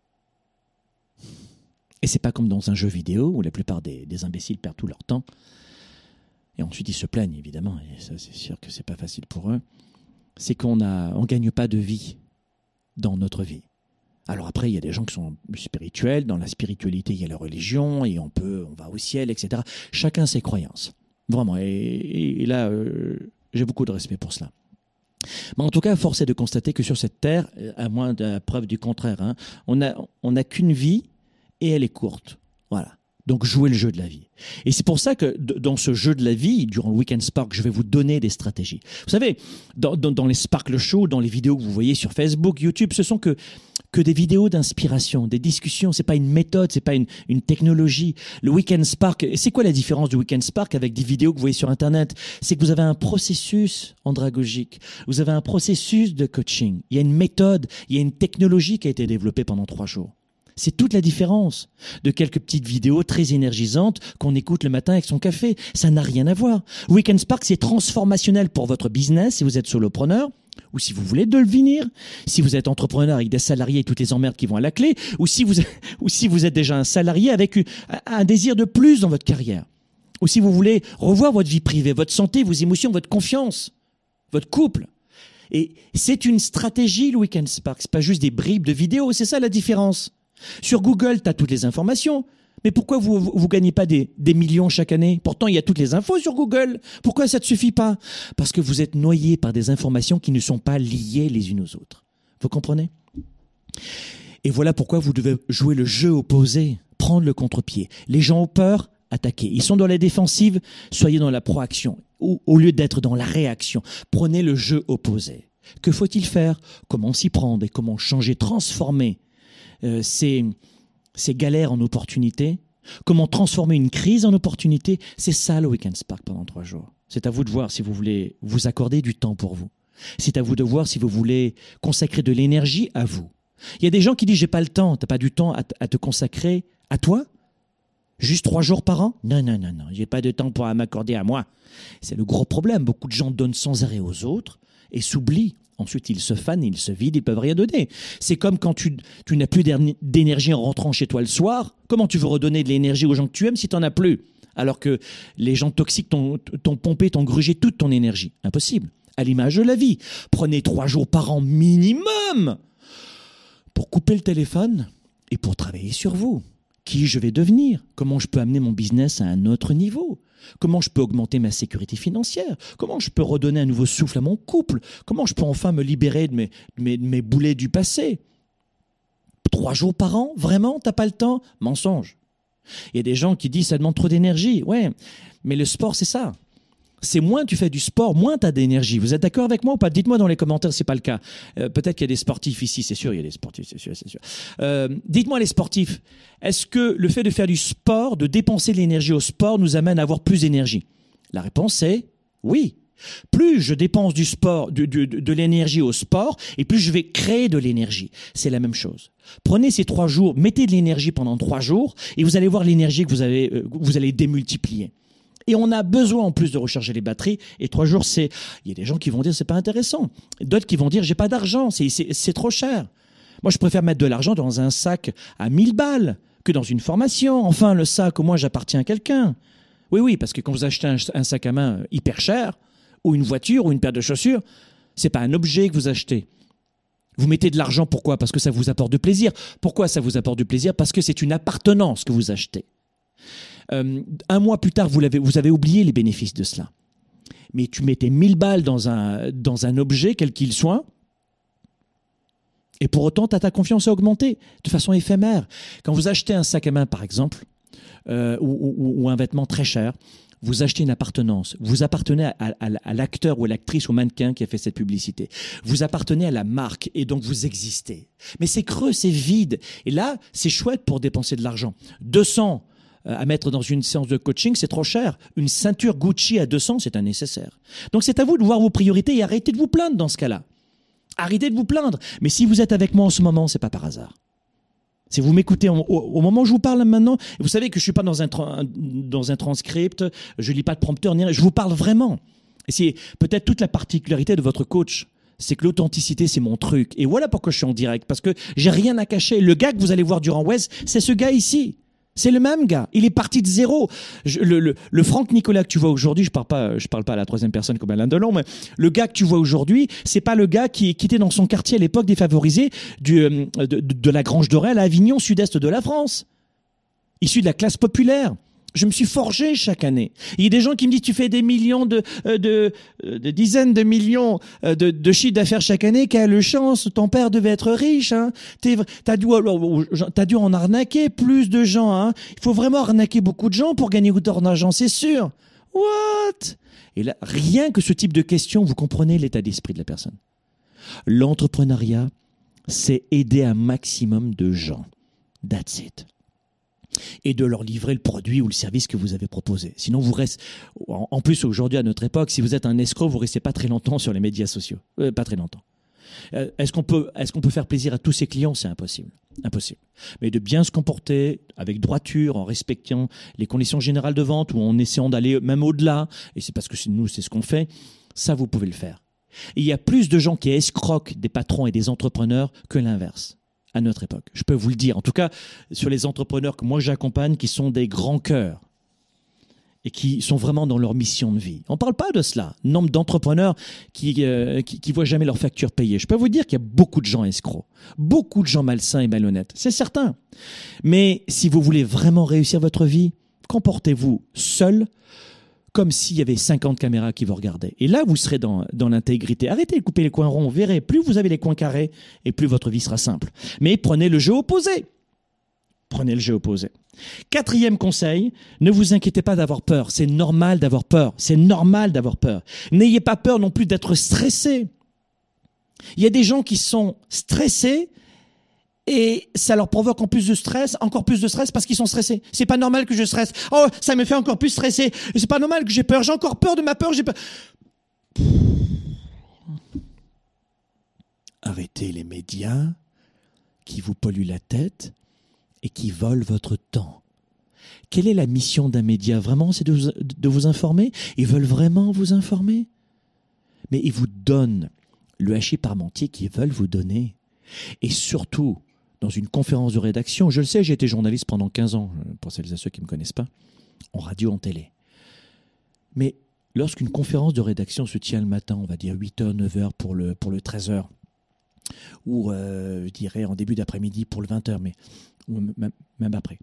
B: Et c'est pas comme dans un jeu vidéo où la plupart des, des imbéciles perdent tout leur temps. Et ensuite ils se plaignent, évidemment, et ça c'est sûr que c'est pas facile pour eux. C'est qu'on a, on gagne pas de vie dans notre vie. Alors après, il y a des gens qui sont spirituels. Dans la spiritualité, il y a la religion et on peut, on va au ciel, et cetera. Chacun ses croyances. Vraiment. Et, et, et là, euh, j'ai beaucoup de respect pour cela. Mais en tout cas, force est de constater que sur cette terre, à moins de la preuve du contraire, hein, on n'a on a qu'une vie et elle est courte. Voilà. Donc, jouez le jeu de la vie. Et c'est pour ça que dans ce jeu de la vie, durant le Weekend Spark, je vais vous donner des stratégies. Vous savez, dans, dans, dans les Sparkle Show, dans les vidéos que vous voyez sur Facebook, YouTube, ce sont que, que des vidéos d'inspiration, des discussions. C'est pas une méthode, c'est pas une, une technologie. Le Weekend Spark, c'est quoi la différence du Weekend Spark avec des vidéos que vous voyez sur Internet? C'est que vous avez un processus andragogique. Vous avez un processus de coaching. Il y a une méthode, il y a une technologie qui a été développée pendant trois jours. C'est toute la différence de quelques petites vidéos très énergisantes qu'on écoute le matin avec son café. Ça n'a rien à voir. Weekend Spark, c'est transformationnel pour votre business si vous êtes solopreneur ou si vous voulez devenir, si vous êtes entrepreneur avec des salariés et toutes les emmerdes qui vont à la clé, ou si vous, ou si vous êtes déjà un salarié avec un désir de plus dans votre carrière, ou si vous voulez revoir votre vie privée, votre santé, vos émotions, votre confiance, votre couple. Et c'est une stratégie, le Weekend Spark. C'est pas juste des bribes de vidéos, c'est ça la différence. Sur Google, tu as toutes les informations. Mais pourquoi vous vous gagnez pas des, des millions chaque année? Pourtant, il y a toutes les infos sur Google. Pourquoi ça ne suffit pas? Parce que vous êtes noyé par des informations qui ne sont pas liées les unes aux autres. Vous comprenez? Et voilà pourquoi vous devez jouer le jeu opposé, prendre le contre-pied. Les gens ont peur, attaquez. Ils sont dans la défensive, soyez dans la proaction. Ou, au lieu d'être dans la réaction, prenez le jeu opposé. Que faut-il faire? Comment s'y prendre et comment changer, transformer Euh, ces, ces galères en opportunités Comment transformer une crise en opportunité? C'est ça le Weekend Spark pendant trois jours. C'est à vous de voir si vous voulez vous accorder du temps pour vous. C'est à vous de voir si vous voulez consacrer de l'énergie à vous. Il y a des gens qui disent « j'ai pas le temps ». T'as pas du temps à, t- à te consacrer à toi? Juste trois jours par an? Non, non, non, non. J'ai pas de temps pour m'accorder à moi. C'est le gros problème. Beaucoup de gens donnent sans arrêt aux autres et s'oublient. Ensuite, ils se fanent, ils se vident, ils peuvent rien donner. C'est comme quand tu, tu n'as plus d'énergie en rentrant chez toi le soir. Comment tu veux redonner de l'énergie aux gens que tu aimes si tu n'en as plus? Alors que les gens toxiques t'ont, t'ont pompé, t'ont grugé toute ton énergie. Impossible. À l'image de la vie. Prenez trois jours par an minimum pour couper le téléphone et pour travailler sur vous. Qui je vais devenir? Comment je peux amener mon business à un autre niveau? Comment je peux augmenter ma sécurité financière? Comment je peux redonner un nouveau souffle à mon couple? Comment je peux enfin me libérer de mes, de mes, de mes boulets du passé? Trois jours par an? Vraiment? T'as pas le temps? Mensonge. Il y a des gens qui disent ça demande trop d'énergie. Ouais, mais le sport, c'est ça. C'est moins tu fais du sport, moins tu as d'énergie. Vous êtes d'accord avec moi ou pas? Dites-moi dans les commentaires si c'est pas le cas. Euh, peut-être qu'il y a des sportifs ici, c'est sûr, il y a des sportifs, c'est sûr, c'est sûr. Euh, dites-moi les sportifs, est-ce que le fait de faire du sport, de dépenser de l'énergie au sport nous amène à avoir plus d'énergie? La réponse est oui. Plus je dépense du sport, de, de, de l'énergie au sport, et plus je vais créer de l'énergie. C'est la même chose. Prenez ces trois jours, mettez de l'énergie pendant trois jours, et vous allez voir l'énergie que vous, avez, euh, vous allez démultiplier. Et on a besoin en plus de recharger les batteries. Et trois jours, c'est. Il y a des gens qui vont dire c'est pas intéressant. D'autres qui vont dire j'ai pas d'argent, c'est, c'est, c'est trop cher. Moi, je préfère mettre de l'argent dans un sac à mille balles que dans une formation. Enfin, le sac, au moins, j'appartiens à quelqu'un. Oui, oui, parce que quand vous achetez un, un sac à main hyper cher, ou une voiture, ou une paire de chaussures, c'est pas un objet que vous achetez. Vous mettez de l'argent, pourquoi? Parce que ça vous apporte du plaisir. Pourquoi ça vous apporte du plaisir? Parce que c'est une appartenance que vous achetez. Euh, un mois plus tard, vous, l'avez, vous avez oublié les bénéfices de cela. Mais tu mettais mille balles dans un, dans un objet, quel qu'il soit, et pour autant, ta confiance a augmenté de façon éphémère. Quand vous achetez un sac à main, par exemple, euh, ou, ou, ou un vêtement très cher, vous achetez une appartenance. Vous appartenez à, à, à l'acteur ou à l'actrice ou au mannequin qui a fait cette publicité. Vous appartenez à la marque et donc vous existez. Mais c'est creux, c'est vide. Et là, c'est chouette pour dépenser de l'argent. deux cents à mettre dans une séance de coaching, c'est trop cher. Une ceinture Gucci à deux cents, c'est un nécessaire. Donc c'est à vous de voir vos priorités et arrêtez de vous plaindre dans ce cas-là. Arrêtez de vous plaindre. Mais si vous êtes avec moi en ce moment, c'est pas par hasard. Si vous m'écoutez au, au moment où je vous parle maintenant, vous savez que je suis pas dans un, tra- dans un transcript, je lis pas de prompteur, ni rien, je vous parle vraiment. Et c'est peut-être toute la particularité de votre coach, c'est que l'authenticité, c'est mon truc. Et voilà pourquoi je suis en direct, parce que j'ai rien à cacher. Le gars que vous allez voir durant West, c'est ce gars ici. C'est le même gars. Il est parti de zéro. Je, le, le, le Franck Nicolas que tu vois aujourd'hui, je parle pas, je parle pas à la troisième personne comme Alain Delon, mais le gars que tu vois aujourd'hui, c'est pas le gars qui, qui était dans son quartier à l'époque défavorisé du, de, de, de la Grange d'Orel à Avignon, sud-est de la France. Issu de la classe populaire. Je me suis forgé chaque année. Il y a des gens qui me disent tu fais des millions de, de, de, de dizaines de millions de, de chiffres d'affaires chaque année. Quelle chance, ton père devait être riche. Hein. T'es, t'as, dû, t'as dû en arnaquer plus de gens. Hein. Il faut vraiment arnaquer beaucoup de gens pour gagner autant d'argent, c'est sûr. What? Et là, rien que ce type de question, vous comprenez l'état d'esprit de la personne. L'entrepreneuriat, c'est aider un maximum de gens. That's it. Et de leur livrer le produit ou le service que vous avez proposé. Sinon, vous restez... En plus, aujourd'hui, à notre époque, si vous êtes un escroc, vous ne restez pas très longtemps sur les médias sociaux. Euh, pas très longtemps. Euh, est-ce qu'on peut, est-ce qu'on peut faire plaisir à tous ses clients? C'est impossible. Impossible. Mais de bien se comporter avec droiture, en respectant les conditions générales de vente ou en essayant d'aller même au-delà, et c'est parce que nous, c'est ce qu'on fait, ça, vous pouvez le faire. Et il y a plus de gens qui escroquent des patrons et des entrepreneurs que l'inverse. À notre époque. Je peux vous le dire. En tout cas, sur les entrepreneurs que moi j'accompagne, qui sont des grands cœurs et qui sont vraiment dans leur mission de vie. On ne parle pas de cela. Nombre d'entrepreneurs qui euh, qui, qui voient jamais leurs factures payées. Je peux vous dire qu'il y a beaucoup de gens escrocs, beaucoup de gens malsains et malhonnêtes. C'est certain. Mais si vous voulez vraiment réussir votre vie, comportez-vous seul, comme s'il y avait cinquante caméras qui vous regardaient. Et là, vous serez dans, dans l'intégrité. Arrêtez de couper les coins ronds, vous verrez. Plus vous avez les coins carrés, et plus votre vie sera simple. Mais prenez le jeu opposé. Prenez le jeu opposé. Quatrième conseil, ne vous inquiétez pas d'avoir peur. C'est normal d'avoir peur. C'est normal d'avoir peur. N'ayez pas peur non plus d'être stressé. Il y a des gens qui sont stressés Et ça leur provoque en plus de stress, encore plus de stress parce qu'ils sont stressés. C'est pas normal que je stresse. Oh, ça me fait encore plus stresser. C'est pas normal que j'ai peur. J'ai encore peur de ma peur. J'ai peur. Arrêtez les médias qui vous polluent la tête et qui volent votre temps. Quelle est la mission d'un média? Vraiment, c'est de vous, de vous informer? Ils veulent vraiment vous informer? Mais ils vous donnent le hachis parmentier qu'ils veulent vous donner. Et surtout, dans une conférence de rédaction, je le sais, j'ai été journaliste pendant quinze ans, pour celles et ceux qui ne me connaissent pas, en radio, en télé. Mais lorsqu'une conférence de rédaction se tient le matin, on va dire huit heures, neuf heures pour le, pour le treize heures, ou euh, je dirais en début d'après-midi pour le vingt heures, mais ou même, même après.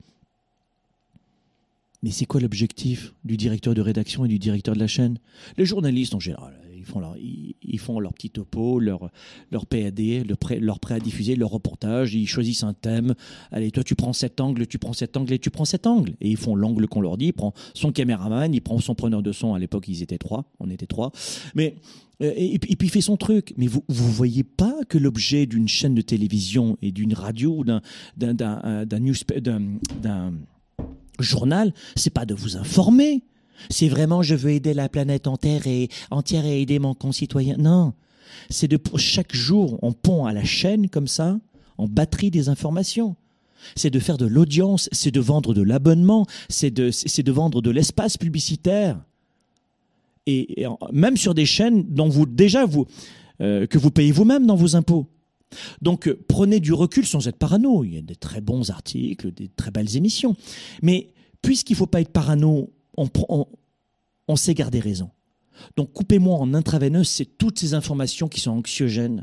B: Mais c'est quoi l'objectif du directeur de rédaction et du directeur de la chaîne? Les journalistes en général, ils font leur, ils, ils font leur petit topo, leur, leur P A D, leur prêt, leur prêt à diffuser, leur reportage, ils choisissent un thème. Allez, toi tu prends cet angle, tu prends cet angle et tu prends cet angle. Et ils font l'angle qu'on leur dit, il prend son caméraman, il prend son preneur de son, à l'époque ils étaient trois, on était trois. Mais, et, et puis il fait son truc. Mais vous vous voyez pas que l'objet d'une chaîne de télévision et d'une radio ou d'un, d'un, d'un, d'un, news, d'un, d'un journal, c'est pas de vous informer. C'est vraiment je veux aider la planète entière et entière et aider mon concitoyen. Non, c'est de pour chaque jour on pond à la chaîne comme ça, en batterie des informations. C'est de faire de l'audience, c'est de vendre de l'abonnement, c'est de c'est de vendre de l'espace publicitaire. Et, et même sur des chaînes dont vous déjà vous euh, que vous payez vous-même dans vos impôts. Donc euh, prenez du recul sans être parano. Il y a des très bons articles, des très belles émissions. Mais puisqu'il ne faut pas être parano, on, on, on sait garder raison. Donc coupez-moi en intraveineuse, c'est toutes ces informations qui sont anxiogènes.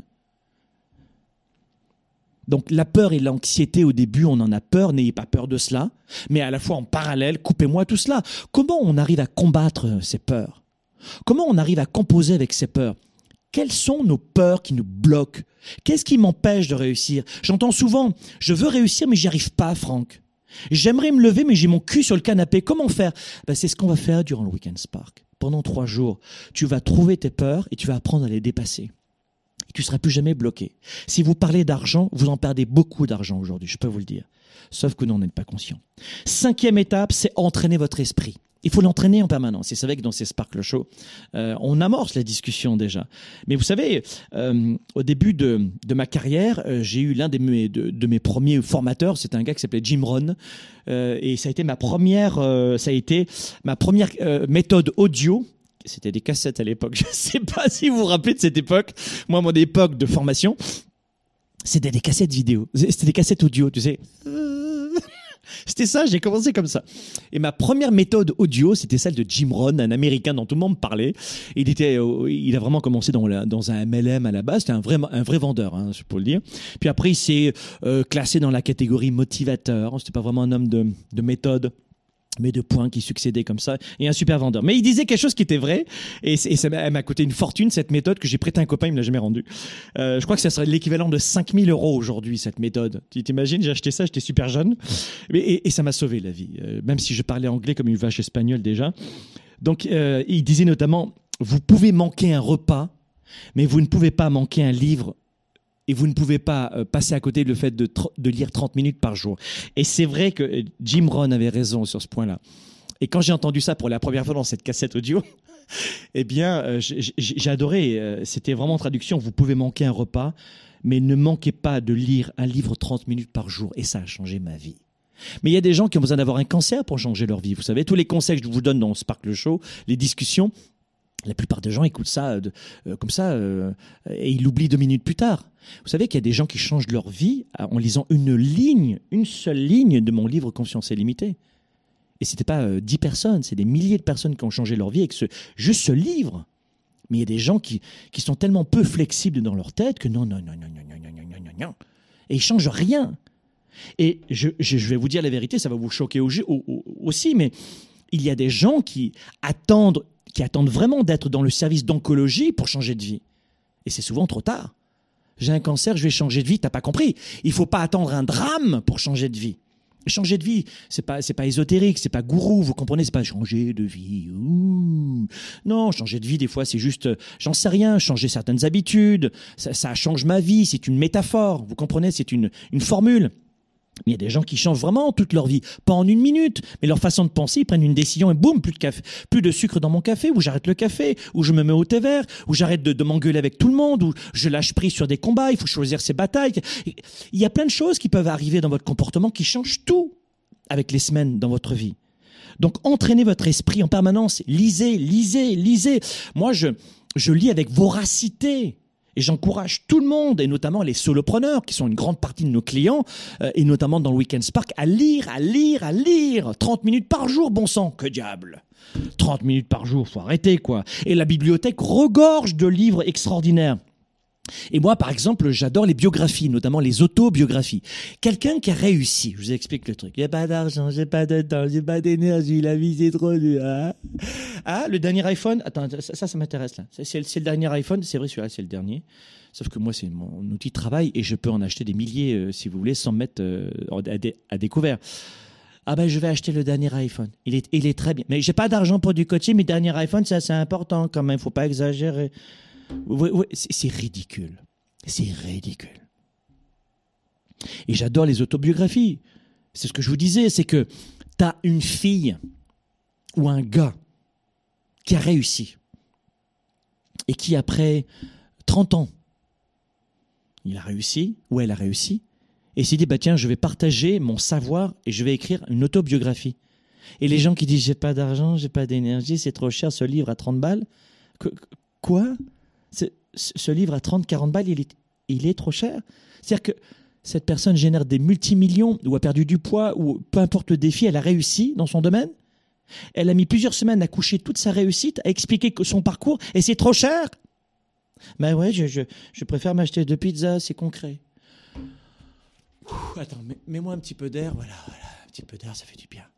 B: Donc la peur et l'anxiété, au début, on en a peur, n'ayez pas peur de cela. Mais à la fois en parallèle, coupez-moi tout cela. Comment on arrive à combattre ces peurs? Comment on arrive à composer avec ces peurs? Quelles sont nos peurs qui nous bloquent? Qu'est-ce qui m'empêche de réussir? J'entends souvent, je veux réussir mais j'y arrive pas, Franck. J'aimerais me lever mais j'ai mon cul sur le canapé. Comment faire? Ben, c'est ce qu'on va faire durant le Weekend Spark. Pendant trois jours, tu vas trouver tes peurs et tu vas apprendre à les dépasser. Et tu ne seras plus jamais bloqué. Si vous parlez d'argent, vous en perdez beaucoup d'argent aujourd'hui, je peux vous le dire. Sauf que vous n'en êtes pas conscient. Cinquième étape, c'est entraîner votre esprit. Il faut l'entraîner en permanence. Et c'est vrai que dans ces Sparkle Show, euh, on amorce la discussion déjà. Mais vous savez, euh, au début de, de ma carrière, euh, j'ai eu l'un de mes, de, de mes premiers formateurs. C'était un gars qui s'appelait Jim Rohn. Euh, et ça a été ma première, euh, ça a été ma première euh, méthode audio. C'était des cassettes à l'époque. Je ne sais pas si vous vous rappelez de cette époque. Moi, mon époque de formation, c'était des cassettes vidéo. C'était des cassettes audio, tu sais. C'était ça, j'ai commencé comme ça. Et ma première méthode audio, c'était celle de Jim Rohn, un Américain dont tout le monde parlait. Il était, il a vraiment commencé dans, la, dans un M L M à la base. C'était un vrai, un vrai vendeur, hein, je peux le dire. Puis après, il s'est euh, classé dans la catégorie motivateur. C'était pas vraiment un homme de, de méthode, mais de points qui succédaient comme ça, et un super vendeur. Mais il disait quelque chose qui était vrai, et, et ça m'a, elle m'a coûté une fortune, cette méthode que j'ai prêté à un copain, il me l'a jamais rendue. Euh, je crois que ça serait l'équivalent de cinq mille euros aujourd'hui, cette méthode. Tu t'imagines, j'ai acheté ça, j'étais super jeune, et, et, et ça m'a sauvé la vie, euh, même si je parlais anglais comme une vache espagnole déjà. Donc, euh, il disait notamment, vous pouvez manquer un repas, mais vous ne pouvez pas manquer un livre. Et vous ne pouvez pas euh, passer à côté le fait de, tr- de lire trente minutes par jour. Et c'est vrai que Jim Rohn avait raison sur ce point-là. Et quand j'ai entendu ça pour la première fois dans cette cassette audio, eh bien, euh, j'ai, j'ai adoré. Euh, c'était vraiment en traduction. Vous pouvez manquer un repas, mais ne manquez pas de lire un livre trente minutes par jour. Et ça a changé ma vie. Mais il y a des gens qui ont besoin d'avoir un cancer pour changer leur vie. Vous savez, tous les conseils que je vous donne dans Sparkle Show, les discussions, la plupart des gens écoutent ça de, euh, comme ça euh, et ils l'oublient deux minutes plus tard. Vous savez qu'il y a des gens qui changent leur vie en lisant une ligne, une seule ligne de mon livre Confiance illimitée. Et c'était pas euh, dix personnes, c'est des milliers de personnes qui ont changé leur vie avec ce, juste ce livre. Mais il y a des gens qui, qui sont tellement peu flexibles dans leur tête que non, non, non, non, non, non, non, non, non, non. Et ils changent rien. Et je, je, je vais vous dire la vérité, ça va vous choquer au, au, au, aussi, mais il y a des gens qui attendent qui attendent vraiment d'être dans le service d'oncologie pour changer de vie. Et c'est souvent trop tard. J'ai un cancer, je vais changer de vie, t'as pas compris. Il faut pas attendre un drame pour changer de vie. Changer de vie, c'est pas, c'est pas ésotérique, c'est pas gourou, vous comprenez, c'est pas changer de vie. Ouh. ouh. Non, changer de vie, des fois, c'est juste, j'en sais rien, changer certaines habitudes. Ça, ça change ma vie, c'est une métaphore. Vous comprenez, c'est une, une formule. Il y a des gens qui changent vraiment toute leur vie, pas en une minute, mais leur façon de penser, ils prennent une décision et boum, plus de café, plus de sucre dans mon café, ou j'arrête le café, ou je me mets au thé vert, ou j'arrête de, de m'engueuler avec tout le monde, ou je lâche prise sur des combats, il faut choisir ses batailles. Il y a plein de choses qui peuvent arriver dans votre comportement qui changent tout avec les semaines dans votre vie. Donc entraînez votre esprit en permanence, lisez, lisez, lisez. Moi, je, je lis avec voracité. Et j'encourage tout le monde, et notamment les solopreneurs, qui sont une grande partie de nos clients, euh, et notamment dans le Weekend Spark, à lire, à lire, à lire. trente minutes par jour, bon sang, que diable. trente minutes par jour, faut arrêter, quoi. Et la bibliothèque regorge de livres extraordinaires. Et moi, par exemple, j'adore les biographies, notamment les autobiographies. Quelqu'un qui a réussi, je vous explique le truc. J'ai pas d'argent, j'ai pas de temps, j'ai pas d'énergie, la vie c'est trop dur. Hein ah, le dernier iPhone, attends, ça, ça, ça m'intéresse là. C'est, c'est le dernier iPhone, c'est vrai, celui-là, c'est le dernier. Sauf que moi, c'est mon outil de travail et je peux en acheter des milliers, euh, si vous voulez, sans me mettre euh, à, dé- à découvert. Ah ben, je vais acheter le dernier iPhone. Il est, il est très bien. Mais j'ai pas d'argent pour du coaching, mais le dernier iPhone, ça, c'est important quand même. Faut pas exagérer. Oui, oui, c'est, c'est ridicule. C'est ridicule. Et j'adore les autobiographies. C'est ce que je vous disais, c'est que tu as une fille ou un gars qui a réussi et qui, après trente ans, il a réussi ou elle a réussi et s'est dit, bah tiens, je vais partager mon savoir et je vais écrire une autobiographie. Et les gens qui disent, j'ai pas d'argent, j'ai pas d'énergie, c'est trop cher, ce livre à trente balles. Que, quoi ? Ce, ce livre à trente, quarante balles, il est, il est trop cher. C'est-à-dire que cette personne génère des multimillions ou a perdu du poids ou peu importe le défi, elle a réussi dans son domaine. Elle a mis plusieurs semaines à coucher toute sa réussite, à expliquer son parcours et c'est trop cher. Ben ouais, je, je, je préfère m'acheter deux pizzas, c'est concret. Ouh, attends, mets, mets-moi un petit peu d'air, voilà, voilà, un petit peu d'air, ça fait du bien.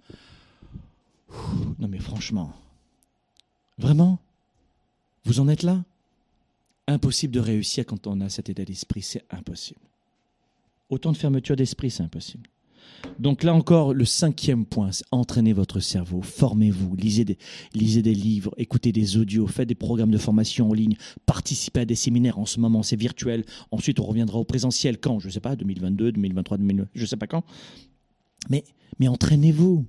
B: Ouh, non mais franchement, vraiment, vous en êtes là ? Impossible de réussir quand on a cet état d'esprit, c'est impossible. Autant de fermeture d'esprit, c'est impossible. Donc là encore, le cinquième point, c'est entraîner votre cerveau, formez-vous, lisez des, lisez des livres, écoutez des audios, faites des programmes de formation en ligne, participez à des séminaires. En ce moment, c'est virtuel. Ensuite, on reviendra au présentiel. Quand ? Je ne sais pas, deux mille vingt-deux, deux mille vingt-trois, deux mille vingt, je ne sais pas quand. Mais, mais entraînez-vous.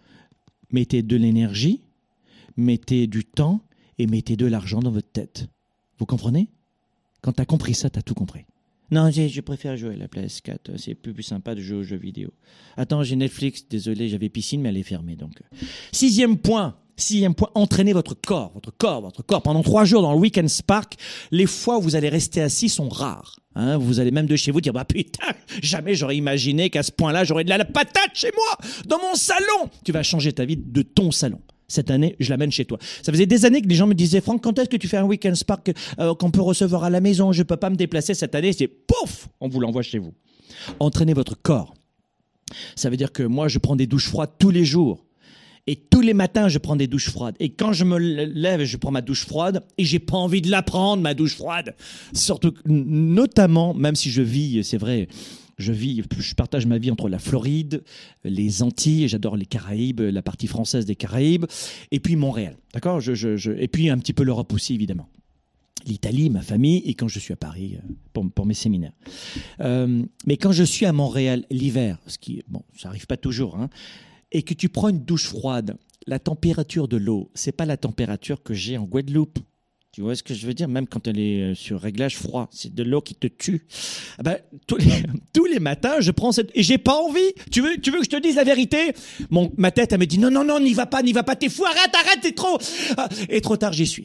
B: Mettez de l'énergie, mettez du temps et mettez de l'argent dans votre tête. Vous comprenez ? Quand tu as compris ça, tu as tout compris. Non, j'ai, je préfère jouer à la P S quatre. C'est plus, plus sympa de jouer aux jeux vidéo. Attends, j'ai Netflix. Désolé, j'avais piscine, mais elle est fermée. Donc, sixième point. Sixième point, entraînez votre corps. Votre corps, votre corps. Pendant trois jours dans le Weekend Spark, les fois où vous allez rester assis sont rares. Hein, vous allez même de chez vous dire, bah putain, jamais j'aurais imaginé qu'à ce point-là, j'aurais de la, la patate chez moi, dans mon salon. Tu vas changer ta vie de ton salon. Cette année, je l'amène chez toi. Ça faisait des années que les gens me disaient, Franck, quand est-ce que tu fais un Weekend Spark euh, qu'on peut recevoir à la maison ? Je ne peux pas me déplacer cette année. C'est pouf, on vous l'envoie chez vous. Entraînez votre corps. Ça veut dire que moi, je prends des douches froides tous les jours. Et tous les matins, je prends des douches froides. Et quand je me lève, je prends ma douche froide. Et j'ai pas envie de la prendre, ma douche froide. Surtout, notamment, même si je vis, c'est vrai, je vis, je partage ma vie entre la Floride, les Antilles, j'adore les Caraïbes, la partie française des Caraïbes, et puis Montréal, d'accord je, je, je, et puis un petit peu l'Europe aussi, évidemment. L'Italie, ma famille, et quand je suis à Paris pour, pour mes séminaires. Euh, mais quand je suis à Montréal l'hiver, ce qui, bon, ça n'arrive pas toujours, hein, et que tu prends une douche froide, la température de l'eau, c'est pas la température que j'ai en Guadeloupe. Tu vois ce que je veux dire ? Même quand elle est sur réglage froid, c'est de l'eau qui te tue. Ben, tous, les, tous les matins, je prends cette... Et j'ai pas envie. Tu veux, tu veux que je te dise la vérité ? Mon, ma tête, elle me dit, non, non, non, n'y va pas, n'y va pas, t'es fou, arrête, arrête, t'es trop... Et trop tard, j'y suis.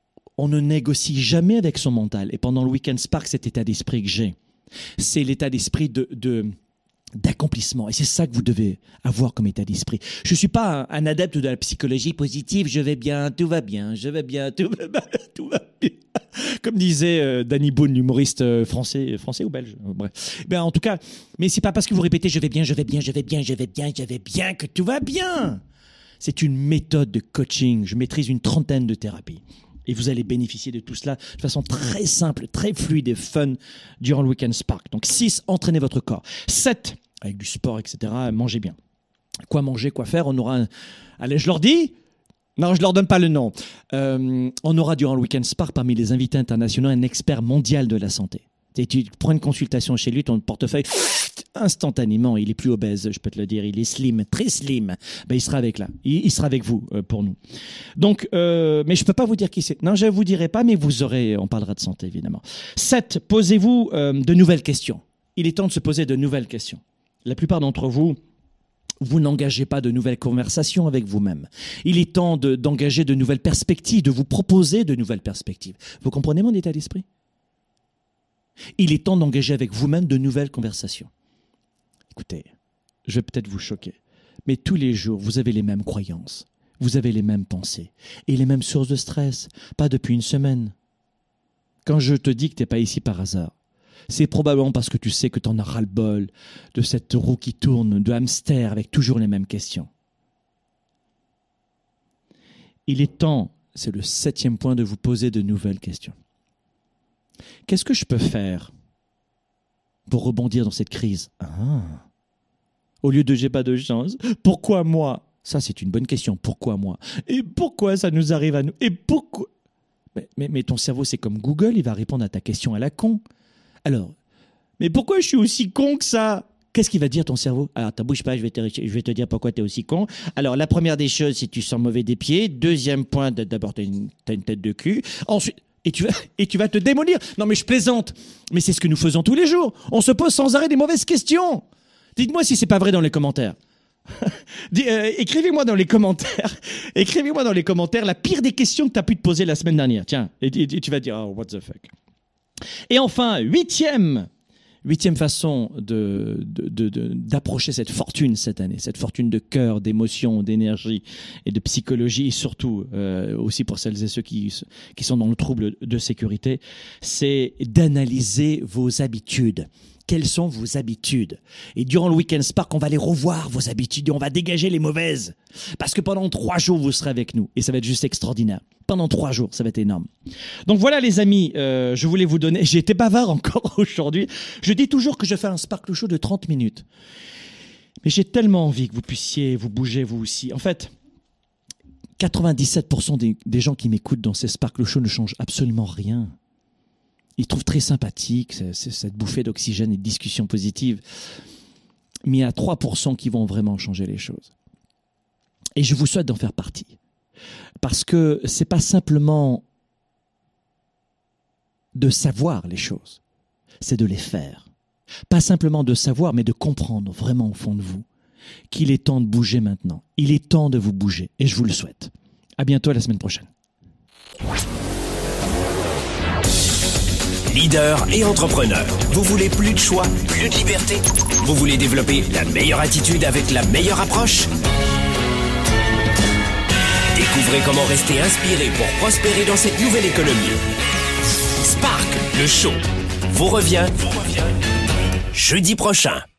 B: On ne négocie jamais avec son mental. Et pendant le Weekend Spark, cet état d'esprit que j'ai, c'est l'état d'esprit de... de d'accomplissement. Et c'est ça que vous devez avoir comme état d'esprit. Je ne suis pas un, un adepte de la psychologie positive. Je vais bien, tout va bien, je vais bien, tout va bien, tout va bien. Comme disait euh, Danny Boone, l'humoriste euh, français, français ou belge. Euh, bref. Ben, en tout cas, mais c'est pas parce que vous répétez je vais bien, je vais bien, je vais bien, je vais bien, je vais bien que tout va bien. C'est une méthode de coaching. Je maîtrise une trentaine de thérapies. Et vous allez bénéficier de tout cela de façon très simple, très fluide et fun durant le Weekend Spark. Donc six, entraînez votre corps. sept, avec du sport, et cetera, mangez bien. Quoi manger, quoi faire, on aura un... Allez, je leur dis ? Non, je leur donne pas le nom. Euh, on aura durant le Week-end Spark parmi les invités internationaux un expert mondial de la santé. Et tu prends une consultation chez lui, ton portefeuille, instantanément, il est plus obèse, je peux te le dire, il est slim, très slim. Ben, il sera avec là, il, il sera avec vous euh, pour nous. Donc, euh, mais je peux pas vous dire qui c'est. Non, je vous dirai pas, mais vous aurez, on parlera de santé évidemment. sept. Posez-vous euh, de nouvelles questions. Il est temps de se poser de nouvelles questions. La plupart d'entre vous, vous n'engagez pas de nouvelles conversations avec vous-même. Il est temps de, d'engager de nouvelles perspectives, de vous proposer de nouvelles perspectives. Vous comprenez mon état d'esprit ? Il est temps d'engager avec vous-même de nouvelles conversations. Écoutez, je vais peut-être vous choquer, mais tous les jours, vous avez les mêmes croyances, vous avez les mêmes pensées et les mêmes sources de stress, pas depuis une semaine. Quand je te dis que tu n'es pas ici par hasard, c'est probablement parce que tu sais que tu en as ras-le-bol de cette roue qui tourne, de hamster avec toujours les mêmes questions. Il est temps, c'est le septième point, de vous poser de nouvelles questions. Qu'est-ce que je peux faire pour rebondir dans cette crise ? Ah. Au lieu de « j'ai pas de chance », pourquoi moi ? Ça, c'est une bonne question. Pourquoi moi ? Et pourquoi ça nous arrive à nous ? Et pourquoi ? mais, mais, mais ton cerveau, c'est comme Google, il va répondre à ta question à la con. Alors, mais pourquoi je suis aussi con que ça ? Qu'est-ce qu'il va dire ton cerveau ? Alors, t'as bouge pas, je vais te, je vais te dire pourquoi tu es aussi con. Alors, la première des choses, c'est que tu sens mauvais des pieds. Deuxième point, d'abord, tu as une, t'as une tête de cul. Ensuite... Et tu, vas, et tu vas te démolir. Non, mais je plaisante. Mais c'est ce que nous faisons tous les jours. On se pose sans arrêt des mauvaises questions. Dites-moi si c'est pas vrai dans les commentaires. Dis, euh, écrivez-moi dans les commentaires. Écrivez-moi dans les commentaires la pire des questions que tu as pu te poser la semaine dernière. Tiens, et, et, et tu vas dire, oh, what the fuck. Et enfin, huitième, huitième façon de, de, de, de, d'approcher cette fortune cette année, cette fortune de cœur, d'émotion, d'énergie et de psychologie, et surtout euh, aussi pour celles et ceux qui, qui sont dans le trouble de sécurité, c'est d'analyser vos habitudes. Quelles sont vos habitudes ? Et durant le Week-end Spark, on va les revoir, vos habitudes, et on va dégager les mauvaises. Parce que pendant trois jours, vous serez avec nous. Et ça va être juste extraordinaire. Pendant trois jours, ça va être énorme. Donc voilà les amis, euh, je voulais vous donner... J'ai été bavard encore aujourd'hui. Je dis toujours que je fais un Sparkle Show de trente minutes. Mais j'ai tellement envie que vous puissiez vous bouger, vous aussi. En fait, quatre-vingt-dix-sept pour cent des, des gens qui m'écoutent dans ces Sparkle Show ne changent absolument rien. Ils trouvent très sympathique c'est, c'est cette bouffée d'oxygène et de discussion positive. Mais il y a trois pour cent qui vont vraiment changer les choses. Et je vous souhaite d'en faire partie. Parce que c'est pas simplement de savoir les choses, c'est de les faire. Pas simplement de savoir, mais de comprendre vraiment au fond de vous qu'il est temps de bouger maintenant. Il est temps de vous bouger. Et je vous le souhaite. À bientôt la semaine prochaine.
A: Leader et entrepreneur, vous voulez plus de choix, plus de liberté ? Vous voulez développer la meilleure attitude avec la meilleure approche ? Découvrez comment rester inspiré pour prospérer dans cette nouvelle économie. Spark, le show, vous revient, vous revient jeudi prochain.